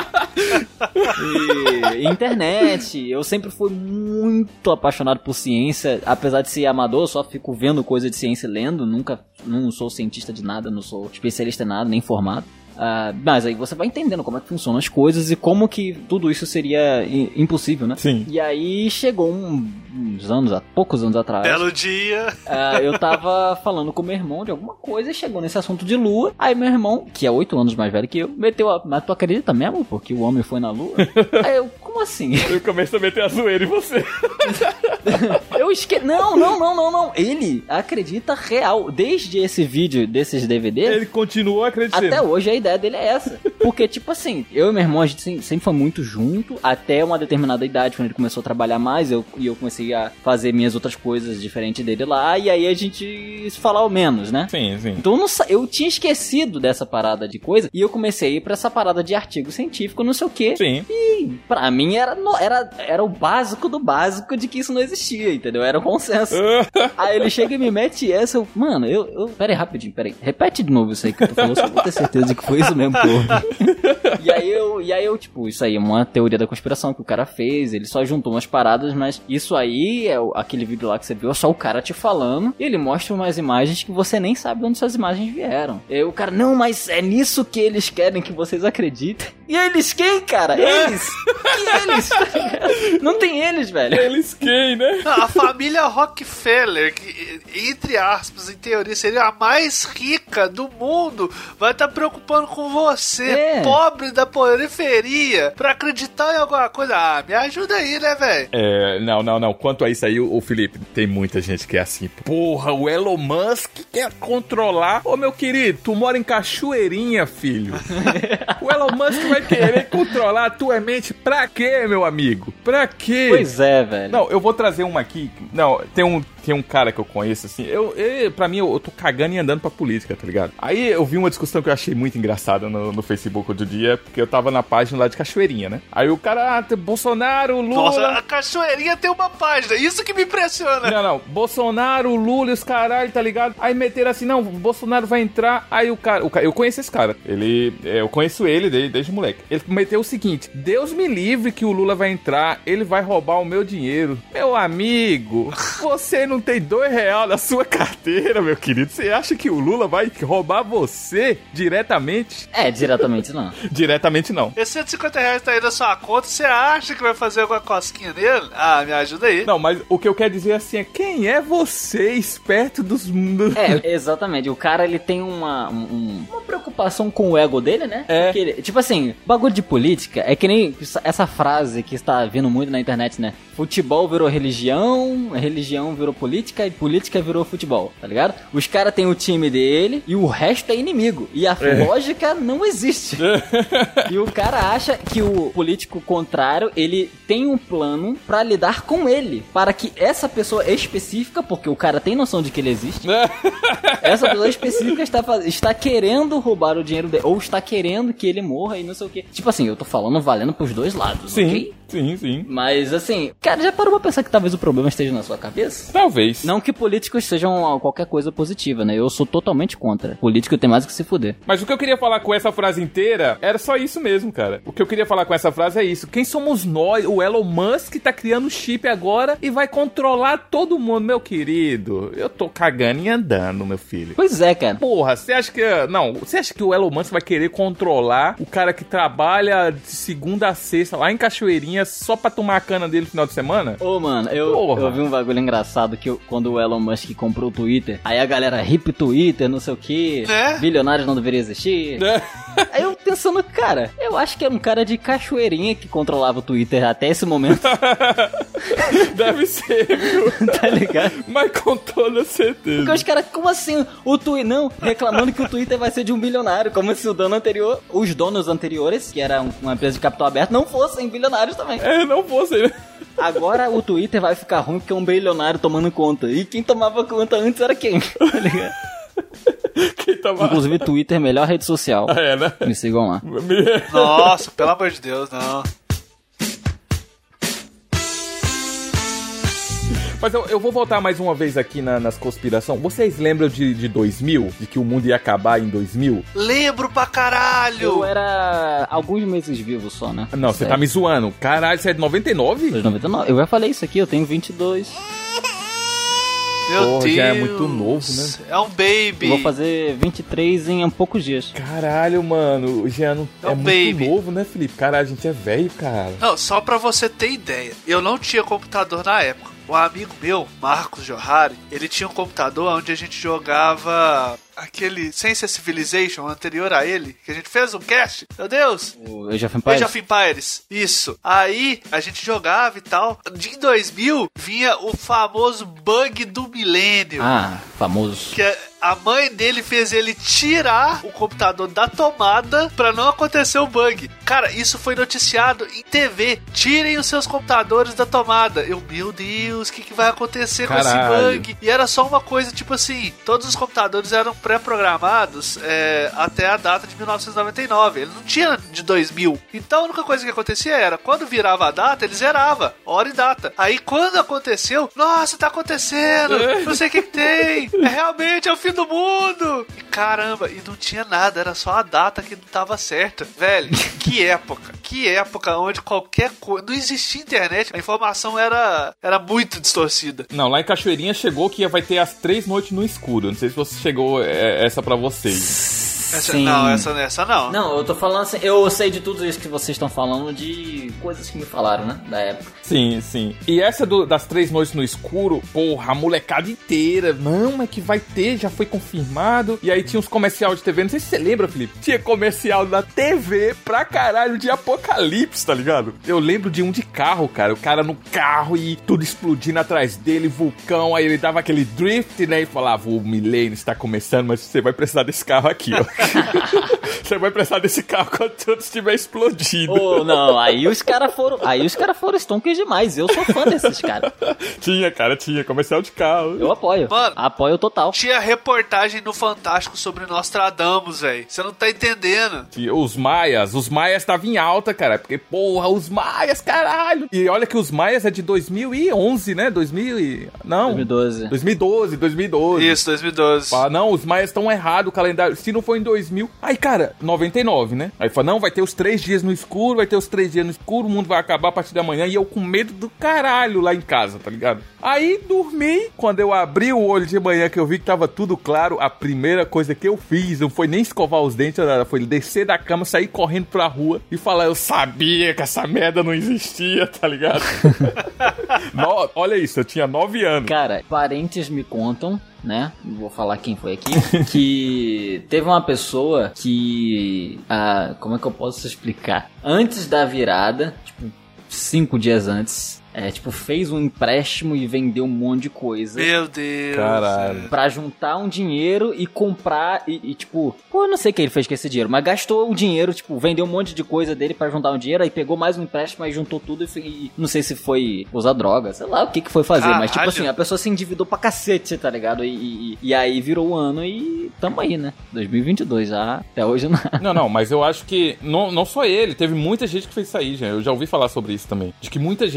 E internet. Eu sempre fui muito apaixonado por ciência, apesar de ser amador, eu só fico vendo coisa de ciência lendo, não sou cientista de nada, não sou especialista em nada, nem formado. Mas aí você vai entendendo como é que funcionam as coisas e como que tudo isso seria impossível, né? Sim. E aí chegou poucos anos atrás. Belo dia. Eu tava falando com meu irmão de alguma coisa e chegou nesse assunto de lua. Aí meu irmão, que é 8 anos mais velho que eu, meteu mas tu acredita mesmo? Porque o homem foi na lua? Aí eu, como assim? Eu comecei a meter a zoeira em você. Não. Ele acredita real. Desde esse vídeo, desses DVDs, ele continuou acreditando. Até hoje a ideia dele é essa. Porque, tipo assim, eu e meu irmão, a gente sempre foi muito junto, até uma determinada idade, quando ele começou a trabalhar mais, eu comecei a fazer minhas outras coisas diferentes dele lá, e aí a gente se falava menos, né? Sim. Então eu tinha esquecido dessa parada de coisa, e eu comecei a ir pra essa parada de artigo científico, não sei o quê. Sim. E pra mim era o básico do básico de que isso não existia, entendeu? Era um consenso. Aí ele chega e me mete essa, mano, pera aí, rapidinho, repete de novo isso aí que tu falou, só vou ter certeza de que foi isso mesmo que eu ouvi. E aí eu, tipo, isso aí é uma teoria da conspiração que o cara fez, ele só juntou umas paradas, mas isso aí é aquele vídeo lá que você viu, é só o cara te falando, e ele mostra umas imagens que você nem sabe de onde essas imagens vieram. E aí o cara, não, mas é nisso que eles querem que vocês acreditem. E eles quem, cara? Eles? Que eles? Não tem eles, velho. Eles quem, né? A família Rockefeller, que, entre aspas, em teoria, seria a mais rica do mundo, vai estar preocupando com você, pobre da periferia, pra acreditar em alguma coisa. Me ajuda aí, né, velho? Não. Quanto a isso aí, o Felipe, tem muita gente que é assim. Porra, o Elon Musk quer controlar. Ô, meu querido, tu mora em Cachoeirinha, filho. O Elon Musk vai querer controlar a tua mente pra quê, meu amigo? Pra quê? Pois é, velho. Não, eu vou trazer uma aqui. Não, tem um cara que eu conheço, assim. Pra mim, eu tô cagando e andando pra política, tá ligado? Aí eu vi uma discussão que eu achei muito engraçada no Facebook outro dia, porque eu tava na página lá de Cachoeirinha, né? Aí o cara, Bolsonaro, Lula... Nossa, a Cachoeirinha tem uma página, isso que me impressiona. Não, Bolsonaro, Lula e os caralho, tá ligado? Aí meteram assim, não, o Bolsonaro vai entrar, aí o cara, eu conheço esse cara, eu conheço ele desde moleque. Ele meteu o seguinte, Deus me livre que o Lula vai entrar, ele vai roubar o meu dinheiro. Meu amigo, você não tem R$2 na sua carteira, meu querido. Você acha que o Lula vai roubar você diretamente? Diretamente não. Diretamente não. Esse R$150 tá aí na sua conta, você acha que vai fazer alguma cosquinha nele? Me ajuda aí. Não, mas o que eu quero dizer assim é, quem é você, esperto dos mundos? Exatamente. O cara, ele tem uma preocupação com o ego dele, né? Porque, tipo assim, bagulho de política é que nem essa frase que está vindo muito na internet, né? Futebol virou religião, religião virou política e política virou futebol, tá ligado? Os caras têm o time dele e o resto é inimigo. E a lógica não existe. E o cara acha que o político contrário, ele tem um plano pra lidar com ele. Para que essa pessoa específica, porque o cara tem noção de que ele existe, essa pessoa específica está querendo roubar o dinheiro dele, ou está querendo que ele morra e não sei o que. Tipo assim, eu tô falando valendo pros dois lados, sim, ok? Sim. Mas assim, cara, já parou pra pensar que talvez o problema esteja na sua cabeça? Talvez. Não que políticos sejam qualquer coisa positiva, né? Eu sou totalmente contra. Político tem mais que se fuder. Mas o que eu queria falar com essa frase inteira era só isso mesmo, cara. O que eu queria falar com essa frase é isso. Quem somos nós? O Elon Musk tá criando chip agora e vai controlar todo mundo, meu querido. Eu tô cagando e andando, meu filho. Pois é, cara. Porra, você acha que o Elon Musk vai querer controlar o cara que trabalha de segunda a sexta lá em Cachoeirinha salinha só pra tomar a cana dele no final de semana. Ô, mano, eu vi um bagulho engraçado que quando o Elon Musk comprou o Twitter, aí a galera hip Twitter, não sei o que, bilionários não deveriam existir. Aí eu pensando, cara, eu acho que era um cara de cachoeirinha que controlava o Twitter até esse momento. Deve ser, viu? Tá ligado? Mas com toda certeza. Porque os caras, como assim? O Twitter, não, reclamando que o Twitter vai ser de um bilionário, como se o dono anterior, os donos anteriores, que era uma empresa de capital aberto, não fossem bilionários também. Não fossem, né? Agora o Twitter vai ficar ruim porque é um bilionário tomando conta. E quem tomava conta antes era quem? Tá ligado? Inclusive, Twitter é a melhor rede social. Né? Me sigam lá. Nossa, pelo amor de Deus, não. Mas eu vou voltar mais uma vez aqui nas conspirações. Vocês lembram de 2000? De que o mundo ia acabar em 2000? Lembro pra caralho! Eu era alguns meses vivo só, né? Não, você tá me zoando. Caralho, você é de 99? De 99. Eu já falei isso aqui, eu tenho 22. Meu Deus. Já é muito novo, né? É um baby. Eu vou fazer 23 em poucos dias. Caralho, mano. O Jean é muito baby. novo, né, Felipe? Caralho, a gente é velho, cara. Não, só pra você ter ideia. Eu não tinha computador na época. Um amigo meu, Marcos Johari, ele tinha um computador onde a gente jogava aquele Sense Civilization anterior a ele, que a gente fez um cast. Meu Deus! O Age of Empires? Age of Empires, isso. Aí a gente jogava e tal. Em 2000 vinha o famoso bug do milênio. Ah, famoso. Que a mãe dele fez ele tirar o computador da tomada pra não acontecer o bug. Cara, isso foi noticiado em TV. Tirem os seus computadores da tomada. Meu Deus, o que vai acontecer com esse bug? E era só uma coisa, tipo assim, todos os computadores eram pré-programados até a data de 1999. Ele não tinha de 2000. Então a única coisa que acontecia era, quando virava a data, ele zerava. Hora e data. Aí quando aconteceu, nossa, tá acontecendo. Não sei o que tem. Realmente é o fim do mundo. E caramba, e não tinha nada. Era só a data que não tava certa. Velho, que época. Que época onde qualquer coisa... Não existia internet. A informação era muito distorcida. Não, lá em Cachoeirinha chegou que vai ter as 3 noites no escuro. Não sei se você chegou essa pra vocês. Não, essa não. Não, eu tô falando assim, eu sei de tudo isso que vocês estão falando, de coisas que me falaram, né, da época. Sim, sim. E essa das 3 noites no escuro, porra, a molecada inteira, não, é que vai ter, já foi confirmado. E aí tinha uns comercial de TV, não sei se você lembra, Felipe, tinha comercial da TV pra caralho de Apocalipse, tá ligado? Eu lembro de um de carro, cara, o cara no carro e tudo explodindo atrás dele, vulcão, aí ele dava aquele drift, né, e falava, o milênio está começando, mas você vai precisar desse carro aqui, ó. Você vai precisar desse carro quando tudo estiver explodindo. Oh, não, aí os caras foram stonkers demais. Eu sou fã desses caras. Tinha comercial de carro. Eu apoio. Mano, apoio total. Tinha reportagem no Fantástico sobre Nostradamus, velho. Você não tá entendendo. Os Maias estavam em alta, cara. Porque, porra, os Maias, caralho. E olha que os Maias é de 2011, né? 2012. Isso, 2012. Fala, não, os Maias estão errados, o calendário. Se não for em 2000... Aí, cara, 99, né? Aí fala, não, vai ter os 3 dias no escuro, o mundo vai acabar a partir da manhã. E eu com medo do caralho lá em casa, tá ligado? Aí, dormi. Quando eu abri o olho de manhã, que eu vi que tava tudo claro, a primeira coisa que eu fiz não foi nem escovar os dentes, foi descer da cama, sair correndo pra rua e falar, eu sabia que essa merda não existia, tá ligado? Olha isso, eu tinha 9 anos. Cara, parentes me contam, né? Não vou falar quem foi aqui. Que teve uma pessoa que... como é que eu posso explicar? Antes da virada, tipo, 5 dias antes... fez um empréstimo e vendeu um monte de coisa. Meu Deus. Caralho. Pra juntar um dinheiro e comprar eu não sei o que ele fez com esse dinheiro, mas gastou o dinheiro, vendeu um monte de coisa dele pra juntar um dinheiro, aí pegou mais um empréstimo, aí juntou tudo e não sei se foi usar droga, sei lá o que foi fazer, mas a pessoa se endividou pra cacete, tá ligado? E aí virou o ano e tamo aí, né? 2022 já, até hoje não. Não, mas eu acho que não só ele, teve muita gente que fez isso aí, gente. Eu já ouvi falar sobre isso também. De que muita gente foi lá,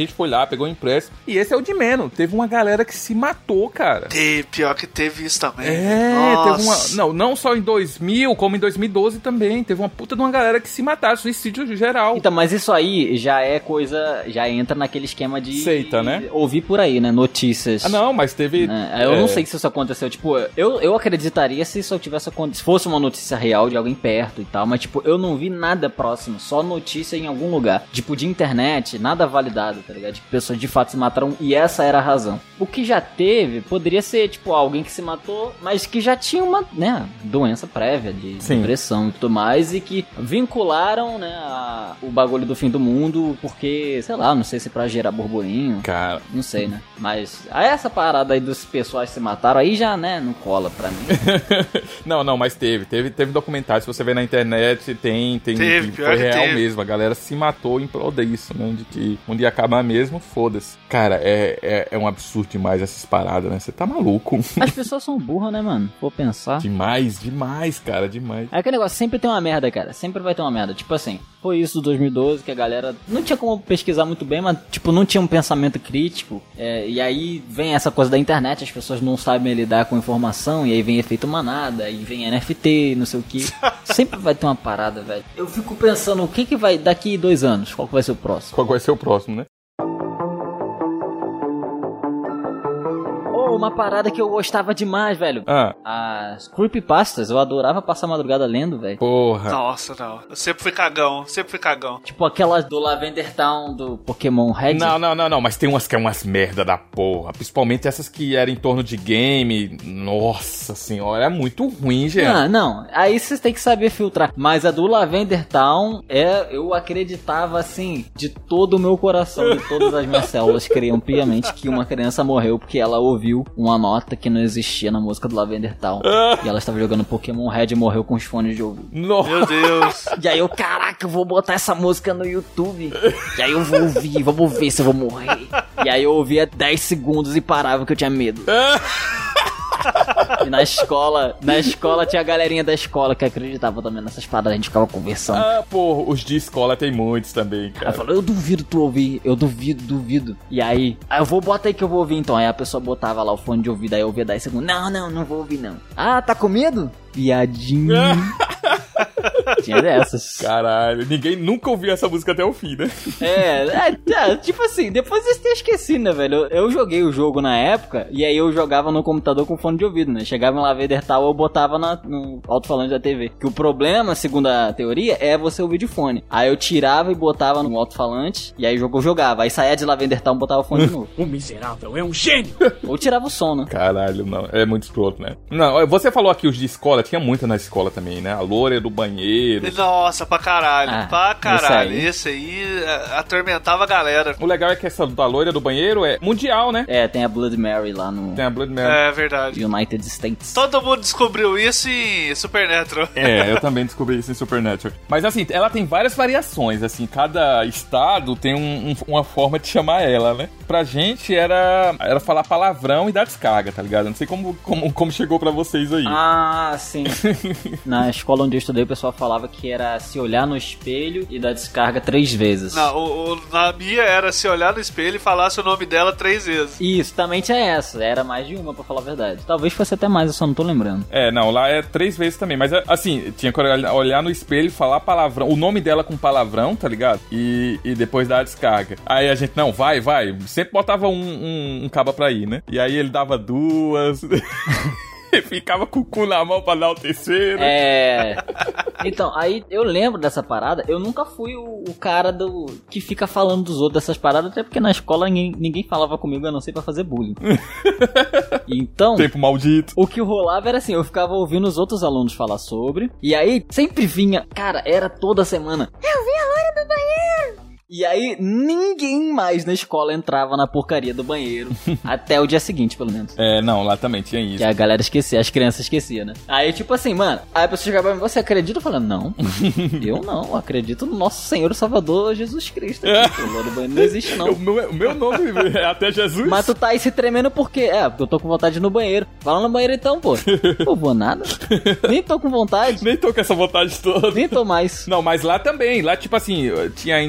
pegou impresso. E esse é o de menos. Teve uma galera que se matou, cara. Pior que teve isso também. Teve uma... Não só em 2000, como em 2012 também. Teve uma puta de uma galera que se mataram, suicídio geral. Então, mas isso aí já é coisa... Já entra naquele esquema de... Seita, né? Ouvir por aí, né? Notícias. Não, mas teve... Eu não sei se isso aconteceu. Tipo, eu acreditaria se isso tivesse acontecido. Se fosse uma notícia real de alguém perto e tal. Mas, tipo, eu não vi nada próximo. Só notícia em algum lugar. Tipo, de internet, nada validado, tá ligado? De pessoas de fato se mataram e essa era a razão. O que já teve, poderia ser, tipo, alguém que se matou, mas que já tinha uma, né, doença prévia de depressão e tudo mais, e que vincularam, né, o bagulho do fim do mundo, porque, sei lá, não sei se pra gerar burburinho. Cara. Não sei, né? Mas essa parada aí dos pessoais que se mataram, aí já, né, não cola pra mim. Não, mas teve documentário, se você ver na internet, tem teve, foi real teve. mesmo, a galera se matou em prol disso, né, de que um dia acabar mesmo, foda-se. Cara, é um absurdo demais essas paradas, né, você tá maluco. As pessoas são burras, né, mano? Vou pensar. Demais, cara, demais. É aquele negócio, sempre tem uma merda, cara, sempre vai ter uma merda, tipo assim, foi isso do 2012 que a galera não tinha como pesquisar muito bem, mas, tipo, não tinha um pensamento crítico, e aí vem essa coisa da internet, as pessoas não sabem lidar com informação, e aí vem efeito manada, e vem NFT, não sei o que. Sempre vai ter uma parada, velho. Eu fico pensando, o que vai, daqui 2 anos, qual que vai ser o próximo? Qual vai ser o próximo, né? Uma parada que eu gostava demais, velho. As creepypastas, eu adorava passar a madrugada lendo, velho. Porra. Nossa, não. Eu sempre fui cagão. Tipo aquelas do Lavender Town do Pokémon Red. Não, mas tem umas que é umas merda da porra. Principalmente essas que eram em torno de game. Nossa senhora, é muito ruim, gente. Não. Aí vocês têm que saber filtrar. Mas a do Lavender Town, eu acreditava, assim, de todo o meu coração, de todas as minhas células, criam piamente que uma criança morreu porque ela ouviu uma nota que não existia na música do Lavender Town. E ela estava jogando Pokémon Red e morreu com os fones de ouvido. Meu Deus. E aí eu, caraca, eu vou botar essa música no YouTube. E aí eu vou ouvir, vamos ver se eu vou morrer. E aí eu ouvia 10 segundos e parava que eu tinha medo. E na escola tinha a galerinha da escola que acreditava também nessas paradas, a gente ficava conversando. Porra, os de escola tem muitos também, cara. Aí falou, eu duvido tu ouvir, eu duvido. E aí eu vou, bota aí que eu vou ouvir então. Aí a pessoa botava lá o fone de ouvido, aí eu ouvia 10 segundos. Não vou ouvir não. Tá com medo? Viadinho. Tinha dessas. Caralho, ninguém nunca ouviu essa música até o fim, né? Tipo assim, depois eu tinha esquecido, né, velho? Eu joguei o jogo na época, e aí eu jogava no computador com fone de ouvido, né? Chegava em Lavender Town, eu botava no alto-falante da TV. Que o problema, segundo a teoria, é você ouvir de fone. Aí eu tirava e botava no alto-falante, e aí o jogo eu jogava. Aí saía de Lavender Town e botava o fone de novo. O miserável é um gênio! Ou tirava o som, né? Caralho, não. É muito escroto, né? Não, você falou aqui os de escola, tinha muita na escola também, né? A loura do banheiro. Nossa, pra caralho. Esse aí atormentava a galera. O legal é que essa da loira do banheiro é mundial, né? Tem a Blood Mary lá no... Tem a Blood Mary. É verdade. United States. Todo mundo descobriu isso em Supernatural. Eu também descobri isso em Supernatural. Mas assim, ela tem várias variações, assim, cada estado tem uma forma de chamar ela, né? Pra gente era falar palavrão e dar descarga, tá ligado? Não sei como chegou pra vocês aí. Sim. Na escola onde eu estudei, o pessoal falava que era se olhar no espelho e dar descarga 3 vezes. Não, na minha era se olhar no espelho e falar o nome dela 3 vezes. Isso, também tinha essa. Era mais de uma, pra falar a verdade. Talvez fosse até mais, eu só não tô lembrando. Não, lá é 3 vezes também. Mas assim, tinha que olhar no espelho e falar palavrão. O nome dela com palavrão, tá ligado? E depois dar a descarga. Aí a gente, não, vai. Sempre botava um caba pra ir, né? E aí ele dava 2... Ficava com o cu na mão pra dar o terceiro. Então, aí eu lembro dessa parada. Eu nunca fui o cara que fica falando dos outros dessas paradas, até porque na escola ninguém falava comigo, a não ser pra fazer bullying. Então, tempo maldito. O que rolava era assim, eu ficava ouvindo os outros alunos falar sobre, e aí sempre vinha, cara, era toda semana, eu vi a loira do banheiro. E aí, ninguém mais na escola entrava na porcaria do banheiro. Até o dia seguinte, pelo menos. Não, lá também tinha isso. Que a galera esquecia, as crianças esqueciam, né? Aí, tipo assim, mano, aí a pessoa chegava pra mim, você acredita? Eu falava, não. Eu não, acredito no nosso Senhor e Salvador Jesus Cristo. O loiro do banheiro não existe, não. O meu nome é até Jesus. Mas tu tá aí se tremendo por quê? Porque eu tô com vontade de ir no banheiro. Vai lá no banheiro então, pô. Pô, vou nada. Nem tô com vontade. Nem tô com essa vontade toda. Nem tô mais. Não, mas lá também. Lá, tipo assim, tinha ainda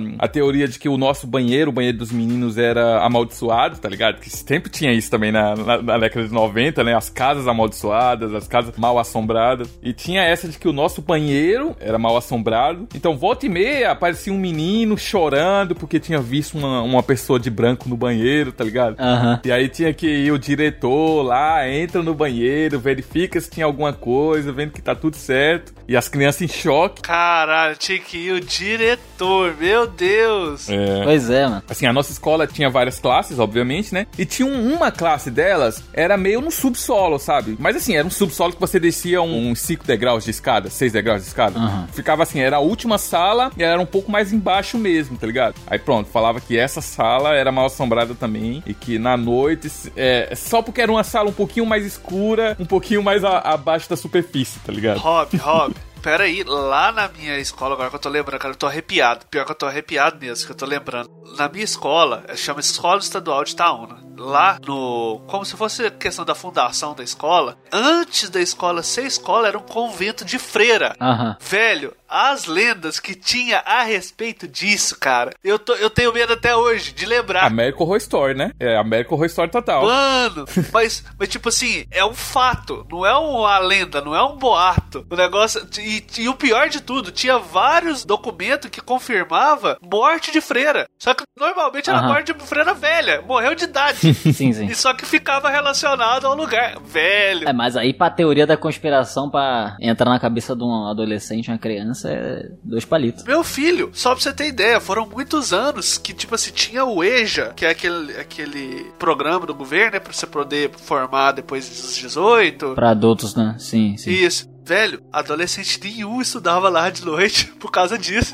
a teoria de que o nosso banheiro, o banheiro dos meninos, era amaldiçoado, tá ligado? Que sempre tinha isso também na década de 90, né? As casas amaldiçoadas, as casas mal assombradas. E tinha essa de que o nosso banheiro era mal assombrado. Então, volta e meia, aparecia um menino chorando porque tinha visto uma pessoa de branco no banheiro, tá ligado? E aí tinha que ir o diretor lá, entra no banheiro, verifica se tinha alguma coisa, vendo que tá tudo certo. E as crianças em choque. Caralho, tinha que ir o diretor, meu Deus. Pois é, mano. Assim, a nossa escola tinha várias classes, obviamente, né? E tinha uma classe delas, era meio no subsolo, sabe? Mas assim, era um subsolo que você descia uns 5 degraus de escada, 6 degraus de escada. Ficava assim, era a última sala e era um pouco mais embaixo mesmo, tá ligado? Aí pronto, falava que essa sala era mal assombrada também e que na noite, só porque era uma sala um pouquinho mais escura, um pouquinho mais abaixo da superfície, tá ligado? Rob, pera aí, lá na minha escola, agora que eu tô lembrando, cara, eu tô arrepiado. Pior que eu tô arrepiado mesmo, que eu tô lembrando. Na minha escola, chama Escola Estadual de Itaúna. Lá no... Como se fosse questão da fundação da escola. Antes da escola ser escola, era um convento de freira. Velho, as lendas que tinha a respeito disso, cara, eu tenho medo até hoje de lembrar. American Horror Story, né? American Horror Story total. Mano, mas tipo assim, é um fato, não é uma lenda, não é um boato. O negócio... E o pior de tudo, tinha vários documentos que confirmava morte de freira. Só que normalmente era morte de freira velha, morreu de idade. Sim. E só que ficava relacionado ao lugar. Velho. Mas aí pra teoria da conspiração, pra entrar na cabeça de um adolescente, uma criança, é 2 palitos. Meu filho, só pra você ter ideia, foram muitos anos que, tipo assim, tinha o EJA, que é aquele programa do governo, né, pra você poder formar depois dos 18. Pra adultos, né? Sim. Isso. Velho, adolescente nenhum estudava lá de noite por causa disso.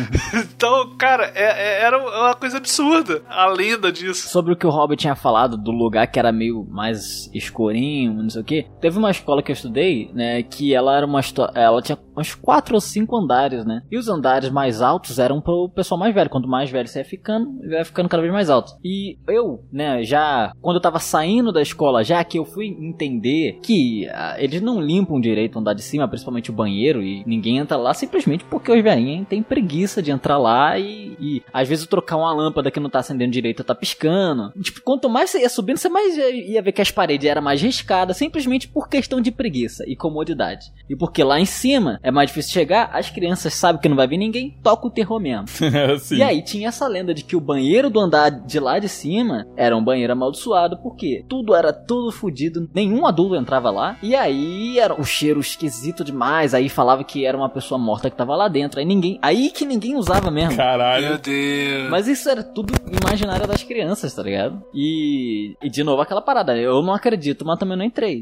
Então, cara, era uma coisa absurda a lenda disso. Sobre o que o Robert tinha falado do lugar que era meio mais escurinho, não sei o que. Teve uma escola que eu estudei, né, que ela era ela tinha uns 4 ou 5 andares, né? E os andares mais altos eram pro pessoal mais velho. Quanto mais velho você ia ficando cada vez mais alto. E eu, né, já quando eu tava saindo da escola, já que eu fui entender que eles não limpam direito o andar de cima, principalmente o banheiro, e ninguém entra lá simplesmente porque os velhinhos têm preguiça de entrar lá e às vezes trocar uma lâmpada que não tá acendendo direito tá piscando. Tipo, quanto mais você ia subindo, você mais ia ver que as paredes eram mais riscadas, simplesmente por questão de preguiça e comodidade. E porque lá em cima é mais difícil chegar, as crianças sabem que não vai vir ninguém, toca o terror mesmo. E aí tinha essa lenda de que o banheiro do andar de lá de cima era um banheiro amaldiçoado, porque tudo era tudo fodido, nenhum adulto entrava lá, e aí era o cheiro esquisito demais, aí falava que era uma pessoa morta que tava lá dentro, aí que ninguém usava mesmo. Caralho. Meu Deus. Mas isso era tudo imaginário das crianças, tá ligado? E de novo aquela parada, eu não acredito, mas também não entrei.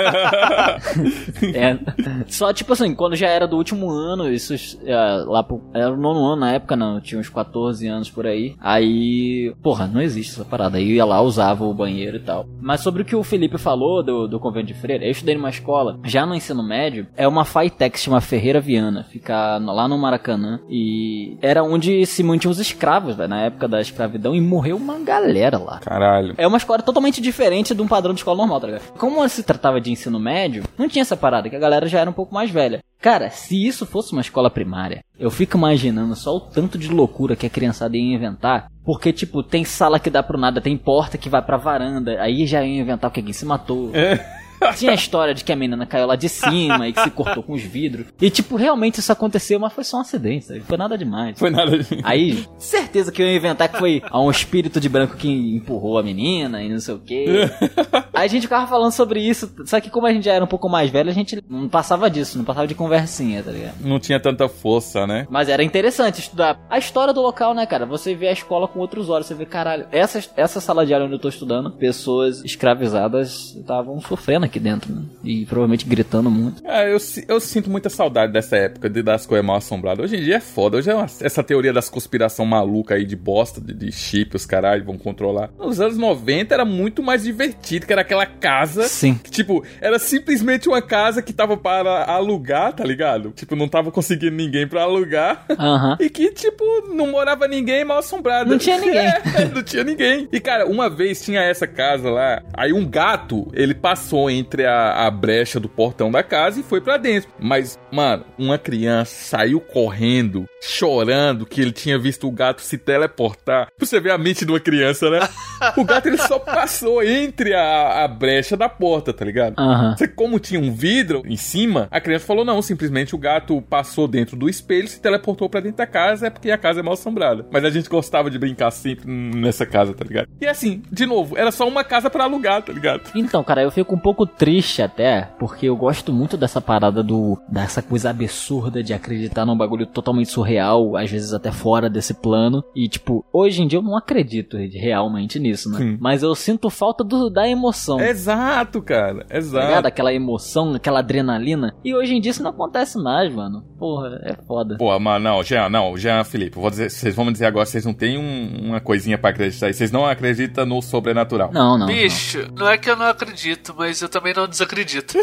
Só tipo assim, quando já era do último ano, isso era o 9º ano na época, não, eu tinha uns 14 anos por aí porra, não existe essa parada, aí eu ia lá, usava o banheiro e tal. Mas sobre o que o Felipe falou do convento de freira, eu estudei numa escola, já no ensino médio, é uma FATEC, chama Ferreira Viana, fica lá no Maracanã, e era onde se mantinham os escravos, véio, na época da escravidão, e morreu uma galera lá. Caralho. É uma escola totalmente diferente de um padrão de escola normal, tá ligado? Como se tratava de ensino médio, não tinha essa parada, que a galera já era um pouco mais velha. Cara, se isso fosse uma escola primária, eu fico imaginando só o tanto de loucura que a criançada ia inventar. Porque, tipo, tem sala que dá pro nada, tem porta que vai pra varanda, aí já ia inventar que alguém se matou. Tinha a história de que a menina caiu lá de cima e que se cortou com os vidros. E, tipo, realmente isso aconteceu, mas foi só um acidente, sabe? Foi nada demais. Foi nada demais. Aí, certeza que eu ia inventar que foi um espírito de branco que empurrou a menina e não sei o quê. Aí a gente ficava falando sobre isso, só que como a gente já era um pouco mais velho, a gente não passava disso, não passava de conversinha, tá ligado? Não tinha tanta força, né? Mas era interessante estudar a história do local, né, cara? Você vê a escola com outros olhos, você vê, caralho, essa sala de aula onde eu tô estudando, pessoas escravizadas estavam sofrendo aqui dentro, né? E provavelmente gritando muito. Eu sinto muita saudade dessa época das coisas mal assombradas. Hoje em dia é foda, hoje é essa teoria das conspiração maluca aí de bosta, de chip, os caralho vão controlar. Nos anos 90 era muito mais divertido, que era aquela casa. Sim. Que, tipo, era simplesmente uma casa que tava para alugar, tá ligado? Tipo, não tava conseguindo ninguém pra alugar. E que, tipo, não morava ninguém mal assombrado. Não tinha ninguém. Não tinha ninguém. E, cara, uma vez tinha essa casa lá, aí um gato, ele passou entre a brecha do portão da casa e foi pra dentro. Mas, mano, uma criança saiu correndo, chorando, que ele tinha visto o gato se teleportar. Você vê a mente de uma criança, né? O gato, ele só passou entre a brecha da porta, tá ligado? Como tinha um vidro em cima, a criança falou, não, simplesmente o gato passou dentro do espelho, se teleportou pra dentro da casa, é porque a casa é mal assombrada. Mas a gente gostava de brincar sempre nessa casa, tá ligado? E assim, de novo, era só uma casa pra alugar, tá ligado? Então, cara, eu fico um pouco triste até, porque eu gosto muito dessa parada dessa coisa absurda de acreditar num bagulho totalmente surreal, às vezes até fora desse plano. E, tipo, hoje em dia eu não acredito realmente nisso, né? Sim. Mas eu sinto falta da emoção. Exato, cara. Exato. Tá ligado? Aquela emoção, aquela adrenalina. E hoje em dia isso não acontece mais, mano. Porra, é foda. Pô, mas Jean, Felipe, vocês vão me dizer agora, vocês não têm uma coisinha pra acreditar aí. Vocês não acreditam no sobrenatural. Não. Bicho, não é que eu não acredito, mas eu também não desacredito.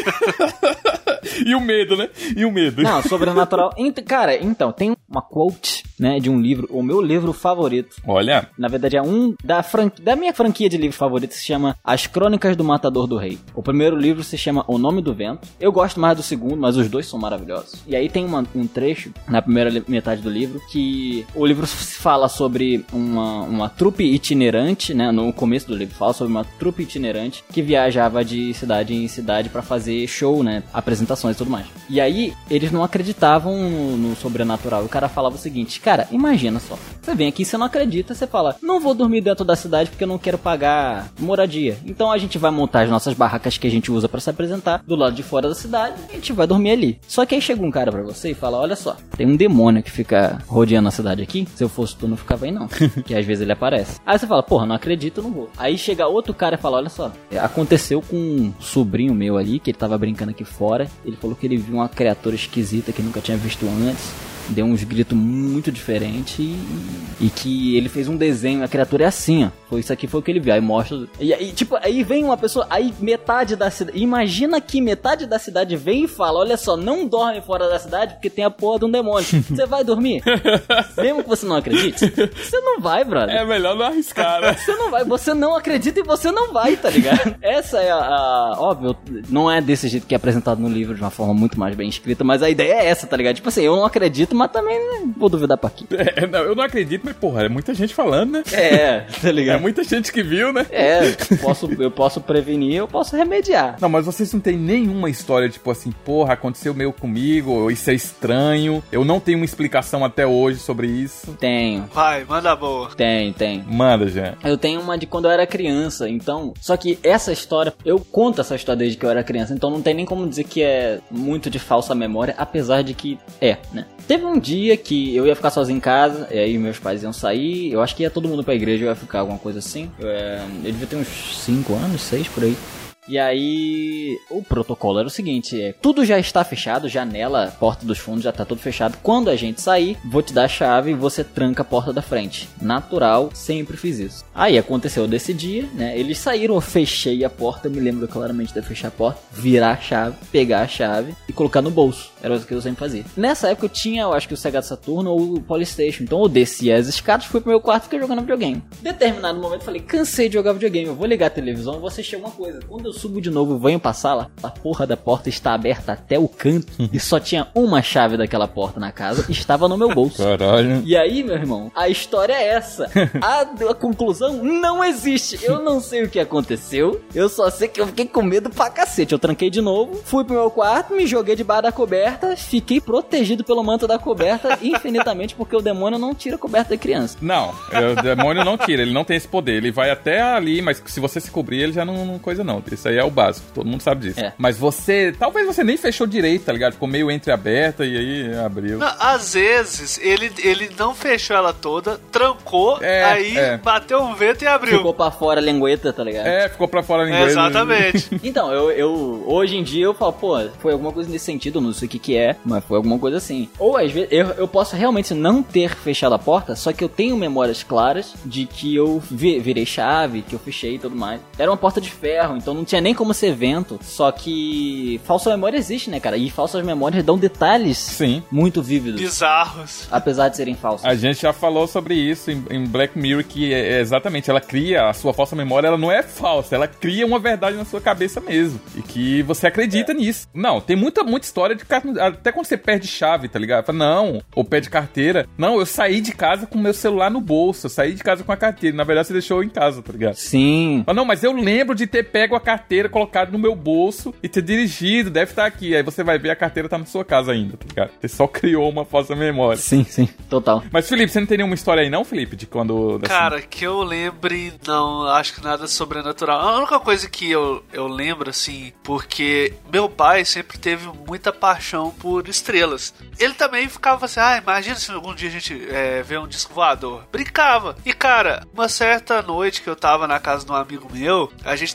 E o medo, né? Não, sobrenatural. Cara, então, tem uma quote, né, de um livro, o meu livro favorito. Olha. Na verdade, é um da minha franquia de livros favoritos, se chama As Crônicas do Matador do Rei. O primeiro livro se chama O Nome do Vento. Eu gosto mais do segundo, mas os dois são maravilhosos. E aí tem um trecho, na primeira metade do livro, que o livro fala sobre uma trupe itinerante, né, no começo do livro fala sobre uma trupe itinerante que viajava de cidade em cidade pra fazer show, né, apresentações e tudo mais. E aí, eles não acreditavam no sobrenatural. O cara falava o seguinte, cara, imagina só, você vem aqui, você não acredita, você fala, não vou dormir dentro da cidade porque eu não quero pagar moradia. Então a gente vai montar as nossas barracas que a gente usa pra se apresentar do lado de fora da cidade e a gente vai dormir ali. Só que aí chega um cara pra você e fala, olha só, tem um demônio que fica rodeando a cidade aqui, se eu fosse tu não ficava aí não, que às vezes ele aparece. Aí você fala, porra, não acredito, não vou. Aí chega outro cara e fala, olha só, aconteceu com um sobrinho meu ali, que ele tava brincando aqui fora, ele falou que ele viu uma criatura esquisita que nunca tinha visto antes, deu uns gritos muito diferentes e que ele fez um desenho, a criatura é assim, ó. Isso aqui foi o que ele viu, aí mostra. E aí, tipo, aí vem uma pessoa, aí metade da cidade, imagina que metade da cidade vem e fala, olha só, não dorme fora da cidade porque tem a porra de um demônio. Você vai dormir? Mesmo que você não acredite? Você não vai, brother. É melhor não arriscar, né? Você não vai, você não acredita e você não vai, tá ligado? Essa é óbvio, não é desse jeito que é apresentado no livro, de uma forma muito mais bem escrita, mas a ideia é essa, tá ligado? Tipo assim, eu não acredito, mas também não vou duvidar pra aqui. Não, eu não acredito, mas porra, é muita gente falando, né? Tá ligado? É muita gente que viu, né? Eu posso prevenir, eu posso remediar. Não, mas vocês não tem nenhuma história, tipo assim, porra, aconteceu meio comigo, ou isso é estranho. Eu não tenho uma explicação até hoje sobre isso. Tenho. Vai, manda boa. Tem. Manda, já. Eu tenho uma de quando eu era criança, então... Só que essa história, eu conto essa história desde que eu era criança, então não tem nem como dizer que é muito de falsa memória, apesar de que né? Teve um dia que eu ia ficar sozinho em casa, e aí meus pais iam sair, eu acho que ia todo mundo pra igreja, eu ia ficar alguma coisa assim. Eu devia ter uns 5 anos, 6 por aí. E aí, o protocolo era o seguinte, tudo já está fechado, janela, porta dos fundos já tá tudo fechado. Quando a gente sair, vou te dar a chave e você tranca a porta da frente. Natural, sempre fiz isso. Aí aconteceu desse dia, né, eles saíram, eu fechei a porta, eu me lembro claramente de fechar a porta, virar a chave, pegar a chave e colocar no bolso. Era o que eu sempre fazia. Nessa época eu tinha, eu acho que o Sega Saturn ou o Polystation, então eu desci as escadas, fui pro meu quarto e fiquei jogando videogame. Em determinado momento eu falei, cansei de jogar videogame, eu vou ligar a televisão e vou assistir alguma coisa. Quando eu subo de novo, venho pra sala, a porra da porta está aberta até o canto e só tinha uma chave daquela porta na casa e estava no meu bolso. Caralho. E aí, meu irmão, a história é essa. A conclusão não existe. Eu não sei o que aconteceu, eu só sei que eu fiquei com medo pra cacete. Eu tranquei de novo, fui pro meu quarto, me joguei debaixo da coberta, fiquei protegido pelo manto da coberta infinitamente, porque o demônio não tira a coberta da criança. Não, o demônio não tira, ele não tem esse poder. Ele vai até ali, mas se você se cobrir, ele já não coisa não. Isso aí é o básico, todo mundo sabe disso. Mas talvez você nem fechou direito, tá ligado? Ficou meio entreaberta e aí abriu. Não, às vezes, ele não fechou ela toda, trancou, aí bateu um vento e abriu. Ficou pra fora a lingueta, tá ligado? Ficou pra fora a lingueta. Exatamente. Então, eu hoje em dia eu falo, pô, foi alguma coisa nesse sentido, não sei o que é, mas foi alguma coisa assim. Ou às vezes, eu posso realmente não ter fechado a porta, só que eu tenho memórias claras de que eu virei chave, que eu fechei e tudo mais. Era uma porta de ferro, então não tinha nem como ser vento, só que falsa memória existe, né, cara? E falsas memórias dão detalhes muito vívidos. Bizarros. Apesar de serem falsos. A gente já falou sobre isso em Black Mirror, que exatamente, ela cria a sua falsa memória, ela não é falsa, ela cria uma verdade na sua cabeça mesmo. E que você acredita nisso. Não, tem muita história de até quando você perde chave, tá ligado? Fala, não, ou perde carteira. Não, eu saí de casa com meu celular no bolso, eu saí de casa com a carteira. Na verdade, você deixou em casa, tá ligado? Sim. Fala, não, mas eu lembro de ter pego a carteira, colocado no meu bolso e ter dirigido, deve estar aqui. Aí você vai ver, a carteira tá na sua casa ainda, tá ligado? Você só criou uma falsa memória. Sim, total. Mas, Felipe, você não tem nenhuma história aí não, Felipe? De quando... Cara, que eu lembre, não, acho que nada sobrenatural. A única coisa que eu lembro, assim, porque meu pai sempre teve muita paixão por estrelas. Ele também ficava assim, imagina se algum dia a gente vê um disco voador. Brincava. E, cara, uma certa noite que eu tava na casa de um amigo meu,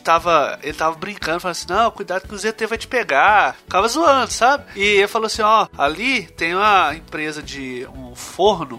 ele tava brincando, falando assim, não, cuidado que o ZT vai te pegar. Ficava zoando, sabe? E ele falou assim, ali tem uma empresa de um forno,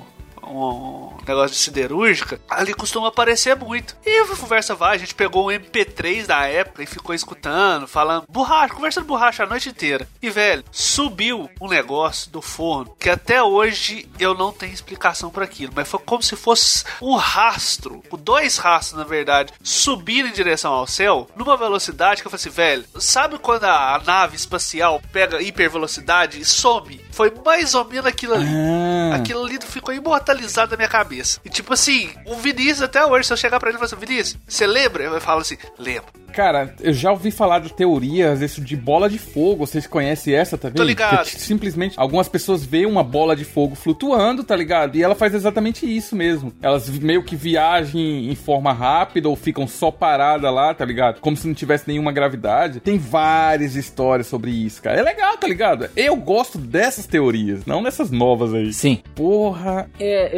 um negócio de siderúrgica, ali costuma aparecer muito. E a conversa vai, a gente pegou um MP3 da época e ficou escutando, falando conversando borracha a noite inteira. E, velho, subiu um negócio do forno que até hoje eu não tenho explicação pra aquilo, mas foi como se fosse um rastro, 2 rastros, na verdade, subindo em direção ao céu, numa velocidade que eu falei assim, velho, sabe quando a nave espacial pega hipervelocidade e some? Foi mais ou menos aquilo ali. Aquilo ali ficou imortalizado na minha cabeça. E tipo assim, o Vinícius até hoje, se eu chegar pra ele e falar assim, Vinícius, você lembra? Eu falo assim, lembro. Cara, eu já ouvi falar de teorias, isso de bola de fogo, vocês conhecem essa também? Tô ligado. Que, simplesmente, algumas pessoas veem uma bola de fogo flutuando, tá ligado? E ela faz exatamente isso mesmo. Elas meio que viajam em forma rápida ou ficam só paradas lá, tá ligado? Como se não tivesse nenhuma gravidade. Tem várias histórias sobre isso, cara. É legal, tá ligado? Eu gosto dessas teorias, não dessas novas aí. Sim. Porra.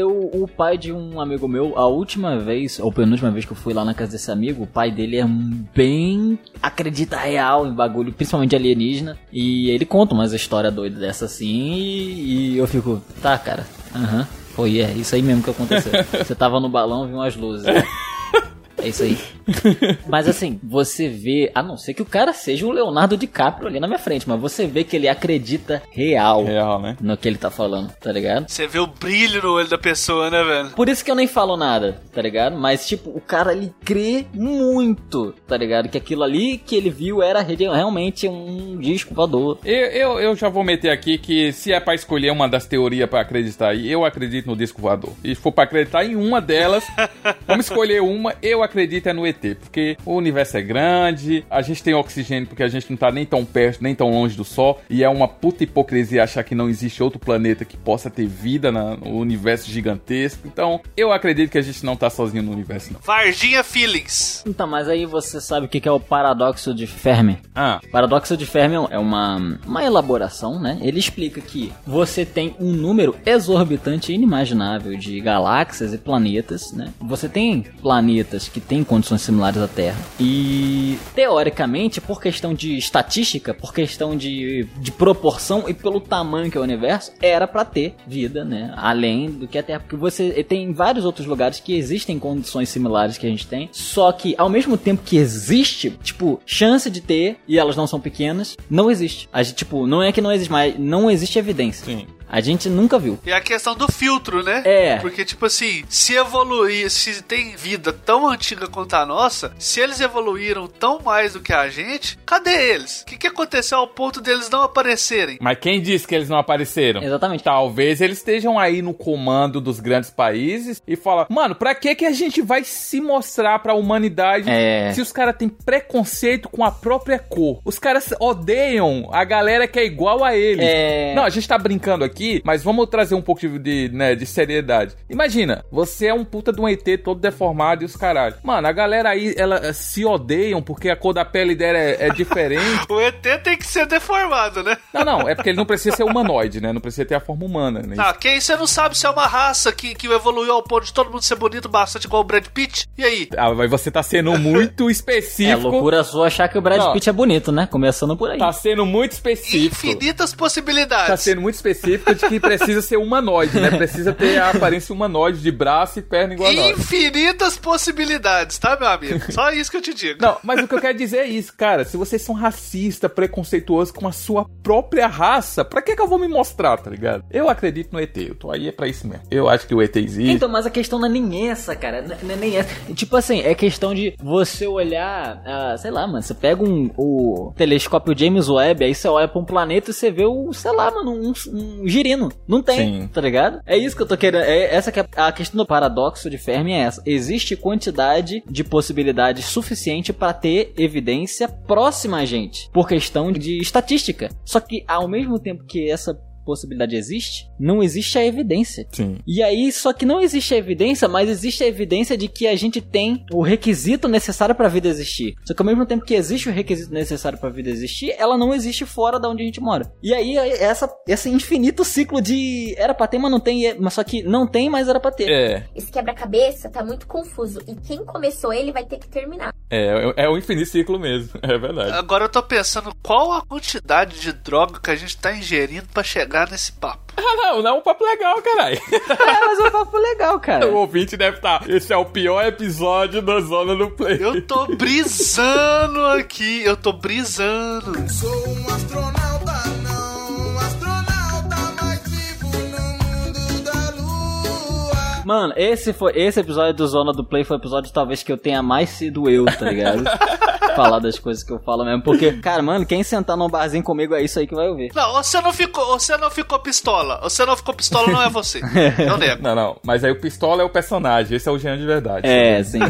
O pai de um amigo meu, a última vez, ou penúltima vez que eu fui lá na casa desse amigo, o pai dele é bem acredita real em bagulho, principalmente alienígena, e ele conta umas histórias doidas dessa assim, e eu fico, tá, cara, foi, isso aí mesmo que aconteceu. Você tava no balão, viu umas luzes. É isso aí. Mas assim, você vê, a não ser que o cara seja o Leonardo DiCaprio ali na minha frente, mas você vê que ele acredita real, né? No que ele tá falando, tá ligado? Você vê o brilho no olho da pessoa, né, velho? Por isso que eu nem falo nada, tá ligado? Mas tipo, o cara, ele crê muito, tá ligado? Que aquilo ali que ele viu era realmente um disco voador. Eu já vou meter aqui que se é pra escolher uma das teorias pra acreditar aí, eu acredito no disco voador. E se for pra acreditar em uma delas, vamos escolher uma, eu acredito no ET, porque o universo é grande, a gente tem oxigênio porque a gente não tá nem tão perto, nem tão longe do Sol, e é uma puta hipocrisia achar que não existe outro planeta que possa ter vida no universo gigantesco. Então, eu acredito que a gente não tá sozinho no universo, não. Varginha Feelings. Então, mas aí você sabe o que é o paradoxo de Fermi? O paradoxo de Fermi é uma elaboração, né? Ele explica que você tem um número exorbitante e inimaginável de galáxias e planetas, né? Você tem planetas que têm condições similares à Terra. E, teoricamente, por questão de estatística, por questão de proporção e pelo tamanho que é o universo, era pra ter vida, né? Além do que a Terra. Porque você tem vários outros lugares que existem condições similares que a gente tem, só que, ao mesmo tempo que existe, tipo, chance de ter, e elas não são pequenas, não existe. A gente, tipo, não é que não existe, mas não existe evidência. Sim. A gente nunca viu. E a questão do filtro, né? Porque, tipo assim, se evoluir, se tem vida tão antiga quanto a nossa, se eles evoluíram tão mais do que a gente, cadê eles? O que aconteceu ao ponto deles não aparecerem? Mas quem disse que eles não apareceram? Exatamente. Talvez eles estejam aí no comando dos grandes países e falam, mano, pra que a gente vai se mostrar pra humanidade se os caras têm preconceito com a própria cor? Os caras odeiam a galera que é igual a eles. Não, a gente tá brincando aqui, mas vamos trazer um pouco de seriedade. Imagina, você é um puta de um ET todo deformado e os caralho. Mano, a galera aí, ela se odeiam porque a cor da pele dela é diferente. O ET tem que ser deformado, né? Não, é porque ele não precisa ser humanoide, né? Não precisa ter a forma humana, né? Quem você não sabe se é uma raça que evoluiu ao ponto de todo mundo ser bonito bastante igual o Brad Pitt? E aí? Mas você tá sendo muito específico. É loucura sua achar que o Brad Pitt é bonito, né? Começando por aí. Tá sendo muito específico. Infinitas possibilidades. Tá sendo muito específico. característica de que precisa ser humanoide, né? Precisa ter a aparência humanoide de braço e perna igual a nós. Infinitas possibilidades, tá, meu amigo? Só isso que eu te digo. Não, mas o que eu quero dizer é isso, cara. Se vocês são racistas, preconceituosos com a sua própria raça, pra que eu vou me mostrar, tá ligado? Eu acredito no ET, eu tô aí pra isso mesmo. Eu acho que o ET existe. Então, mas a questão não é nem essa, cara. Não é nem essa. Tipo assim, é questão de você olhar, sei lá, mano, você pega o telescópio James Webb, aí você olha pra um planeta e você vê sei lá, mano, um girino. Não tem, tá ligado? É isso que eu tô querendo. Essa que é a questão do paradoxo de Fermi, é essa. Existe quantidade de possibilidades suficiente pra ter evidência próxima a gente, por questão de estatística. Só que ao mesmo tempo que essa possibilidade existe, não existe a evidência. Sim. E aí, só que não existe a evidência, mas existe a evidência de que a gente tem o requisito necessário pra vida existir. Só que ao mesmo tempo que existe o requisito necessário pra vida existir, ela não existe fora da onde a gente mora. E aí, esse infinito ciclo de era pra ter, mas não tem, mas só que não tem, mas era pra ter. Esse quebra-cabeça tá muito confuso, e quem começou ele vai ter que terminar. É o infinito ciclo mesmo, é verdade. Agora eu tô pensando, qual a quantidade de droga que a gente tá ingerindo pra chegar nesse papo? Não é um papo legal, caralho. Mas é um papo legal, cara. O ouvinte deve estar. Esse é o pior episódio da Zona do Play. Eu tô brisando aqui, Sou um astronauta, mais vivo no mundo da lua. Mano, esse episódio do Zona do Play foi o episódio talvez que eu tenha mais sido eu, tá ligado? Falar das coisas que eu falo mesmo. Porque, cara, mano, quem sentar num barzinho comigo é isso aí que vai ouvir. Não, você não ficou pistola. Você não ficou pistola, não é você. Eu nego. Não. Mas aí o pistola é o personagem. Esse é o Jean de verdade. Sim.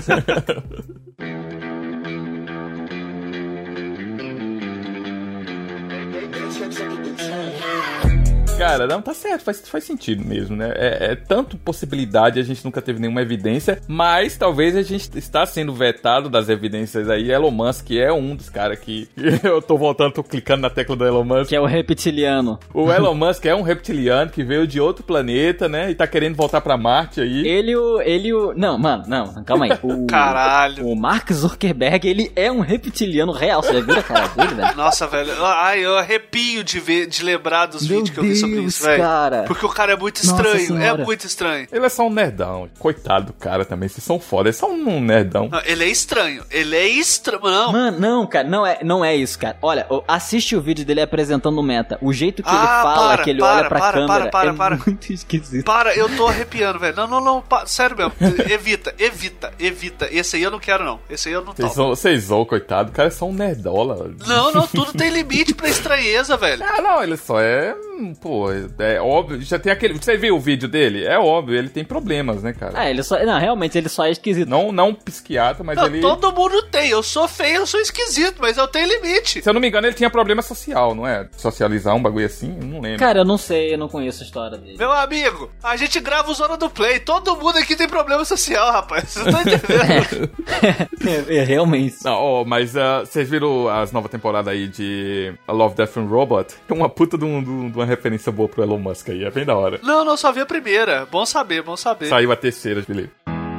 Cara, não, tá certo, faz sentido mesmo, né? É tanto possibilidade, a gente nunca teve nenhuma evidência, mas talvez a gente está sendo vetado das evidências aí. Elon Musk é um dos caras que... Eu tô clicando na tecla do Elon Musk. Que é o reptiliano. O Elon Musk é um reptiliano que veio de outro planeta, né? E tá querendo voltar pra Marte aí. Não, calma aí. Caralho. O Mark Zuckerberg, ele é um reptiliano real. Você já viu a cara dele, velho? Nossa, velho. Ai, eu arrepio de lembrar dos vídeos que eu vi sobre isso, velho. Cara. Porque o cara é muito estranho. É muito estranho. Ele é só um nerdão. Coitado do cara também. Vocês são foda. Ele é só um nerdão. Não, ele é estranho. Não. Mano, não, cara. Não é isso, cara. Olha, assiste o vídeo dele apresentando o Meta. O jeito que ele fala, que ele olha pra câmera, é muito esquisito. Eu tô arrepiando, velho. Não. Sério mesmo. Evita. Esse aí eu não quero, não. Esse aí eu não topo. Vocês zoam, coitado. O cara é só um nerdola. Não. Tudo tem limite pra estranheza, velho. Não. Ele só é... Pô, é óbvio. Já tem aquele... Você viu o vídeo dele? É óbvio. Ele tem problemas, né, cara? Ele só... Não, realmente, ele só é esquisito. Não um psiquiatra, mas ele... Todo mundo tem. Eu sou feio, eu sou esquisito, mas eu tenho limite. Se eu não me engano, ele tinha problema social, não é? Socializar um bagulho assim? Eu não lembro. Cara, eu não sei. Eu não conheço a história dele. Meu amigo, a gente grava o Zona do Play. Todo mundo aqui tem problema social, rapaz. Vocês estão entendendo? Realmente. Não, mas vocês viram as novas temporadas aí de Love, Death and Robot? Tem uma puta de uma referência boa pro Elon Musk aí. É bem da hora. Não, só vi a primeira. Bom saber. Saiu a terceira, Felipe.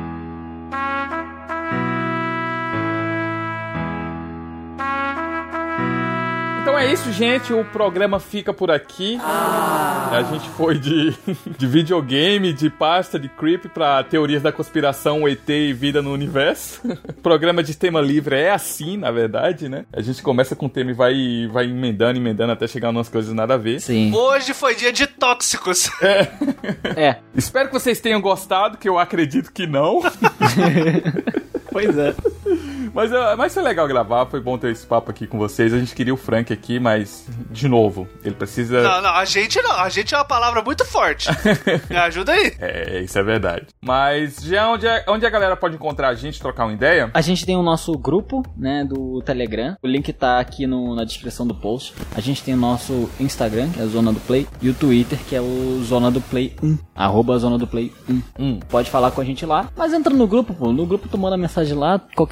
Então é isso, gente. O programa fica por aqui. A gente foi de videogame, de pasta, de creep pra teorias da conspiração, ET e vida no universo. Programa de tema livre é assim, na verdade, né? A gente começa com o tema e vai emendando até chegar umas coisas nada a ver. Sim. Hoje foi dia de tóxicos. Espero que vocês tenham gostado, que eu acredito que não. Pois é. Mas foi legal gravar, foi bom ter esse papo aqui com vocês. A gente queria o Frank aqui, mas, de novo, ele precisa... Não, a gente é uma palavra muito forte. Me ajuda aí. Isso é verdade. Mas, já onde a galera pode encontrar a gente, trocar uma ideia? A gente tem o nosso grupo, né, do Telegram. O link tá aqui na descrição do post. A gente tem o nosso Instagram, que é a Zona do Play, e o Twitter, que é o Zona do Play 1, @Zona do Play 1. Pode falar com a gente lá, mas entra no grupo, pô. No grupo tu manda mensagem lá, qualquer um de nós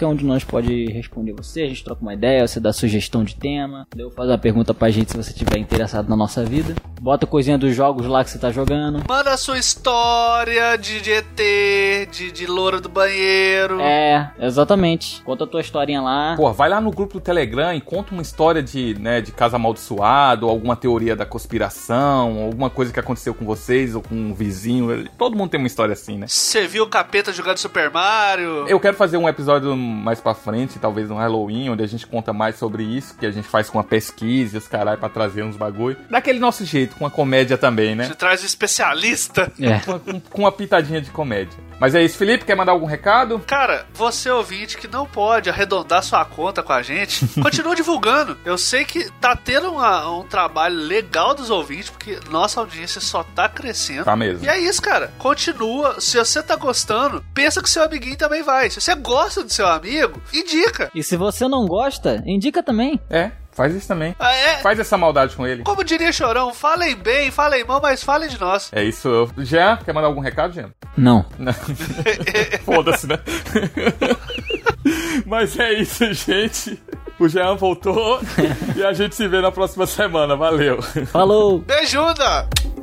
pode responder você, a gente troca uma ideia, você dá sugestão de tema, eu faço uma pergunta pra gente se você estiver interessado na nossa vida. Bota coisinha dos jogos lá que você tá jogando. Manda a sua história de ET, de loura do banheiro. É, exatamente. Conta a tua historinha lá. Pô, vai lá no grupo do Telegram e conta uma história de casa amaldiçoado, alguma teoria da conspiração, alguma coisa que aconteceu com vocês ou com um vizinho. Todo mundo tem uma história assim, né? Você viu o capeta jogando Super Mario? Eu quero fazer um episódio mais pra frente, talvez no Halloween, onde a gente conta mais sobre isso, que a gente faz com uma pesquisa e os caralho pra trazer uns bagulho. Daquele nosso jeito, com a comédia também, né? Você traz um especialista. É. Com uma pitadinha de comédia. Mas é isso, Felipe, quer mandar algum recado? Cara, você ouvinte que não pode arredondar sua conta com a gente, continua divulgando. Eu sei que tá tendo um trabalho legal dos ouvintes, porque nossa audiência só tá crescendo. Tá mesmo. E é isso, cara. Continua. Se você tá gostando, pensa que seu amiguinho também vai. Se você gosta do seu amigo, indica. E se você não gosta, indica também. É. Faz isso também. Ah, é? Faz essa maldade com ele. Como diria Chorão, falem bem, falem mal, mas falem de nós. É isso. Jean, quer mandar algum recado, Jean? Não. Foda-se, né? Mas é isso, gente. O Jean voltou e a gente se vê na próxima semana. Valeu. Falou. Beijunda!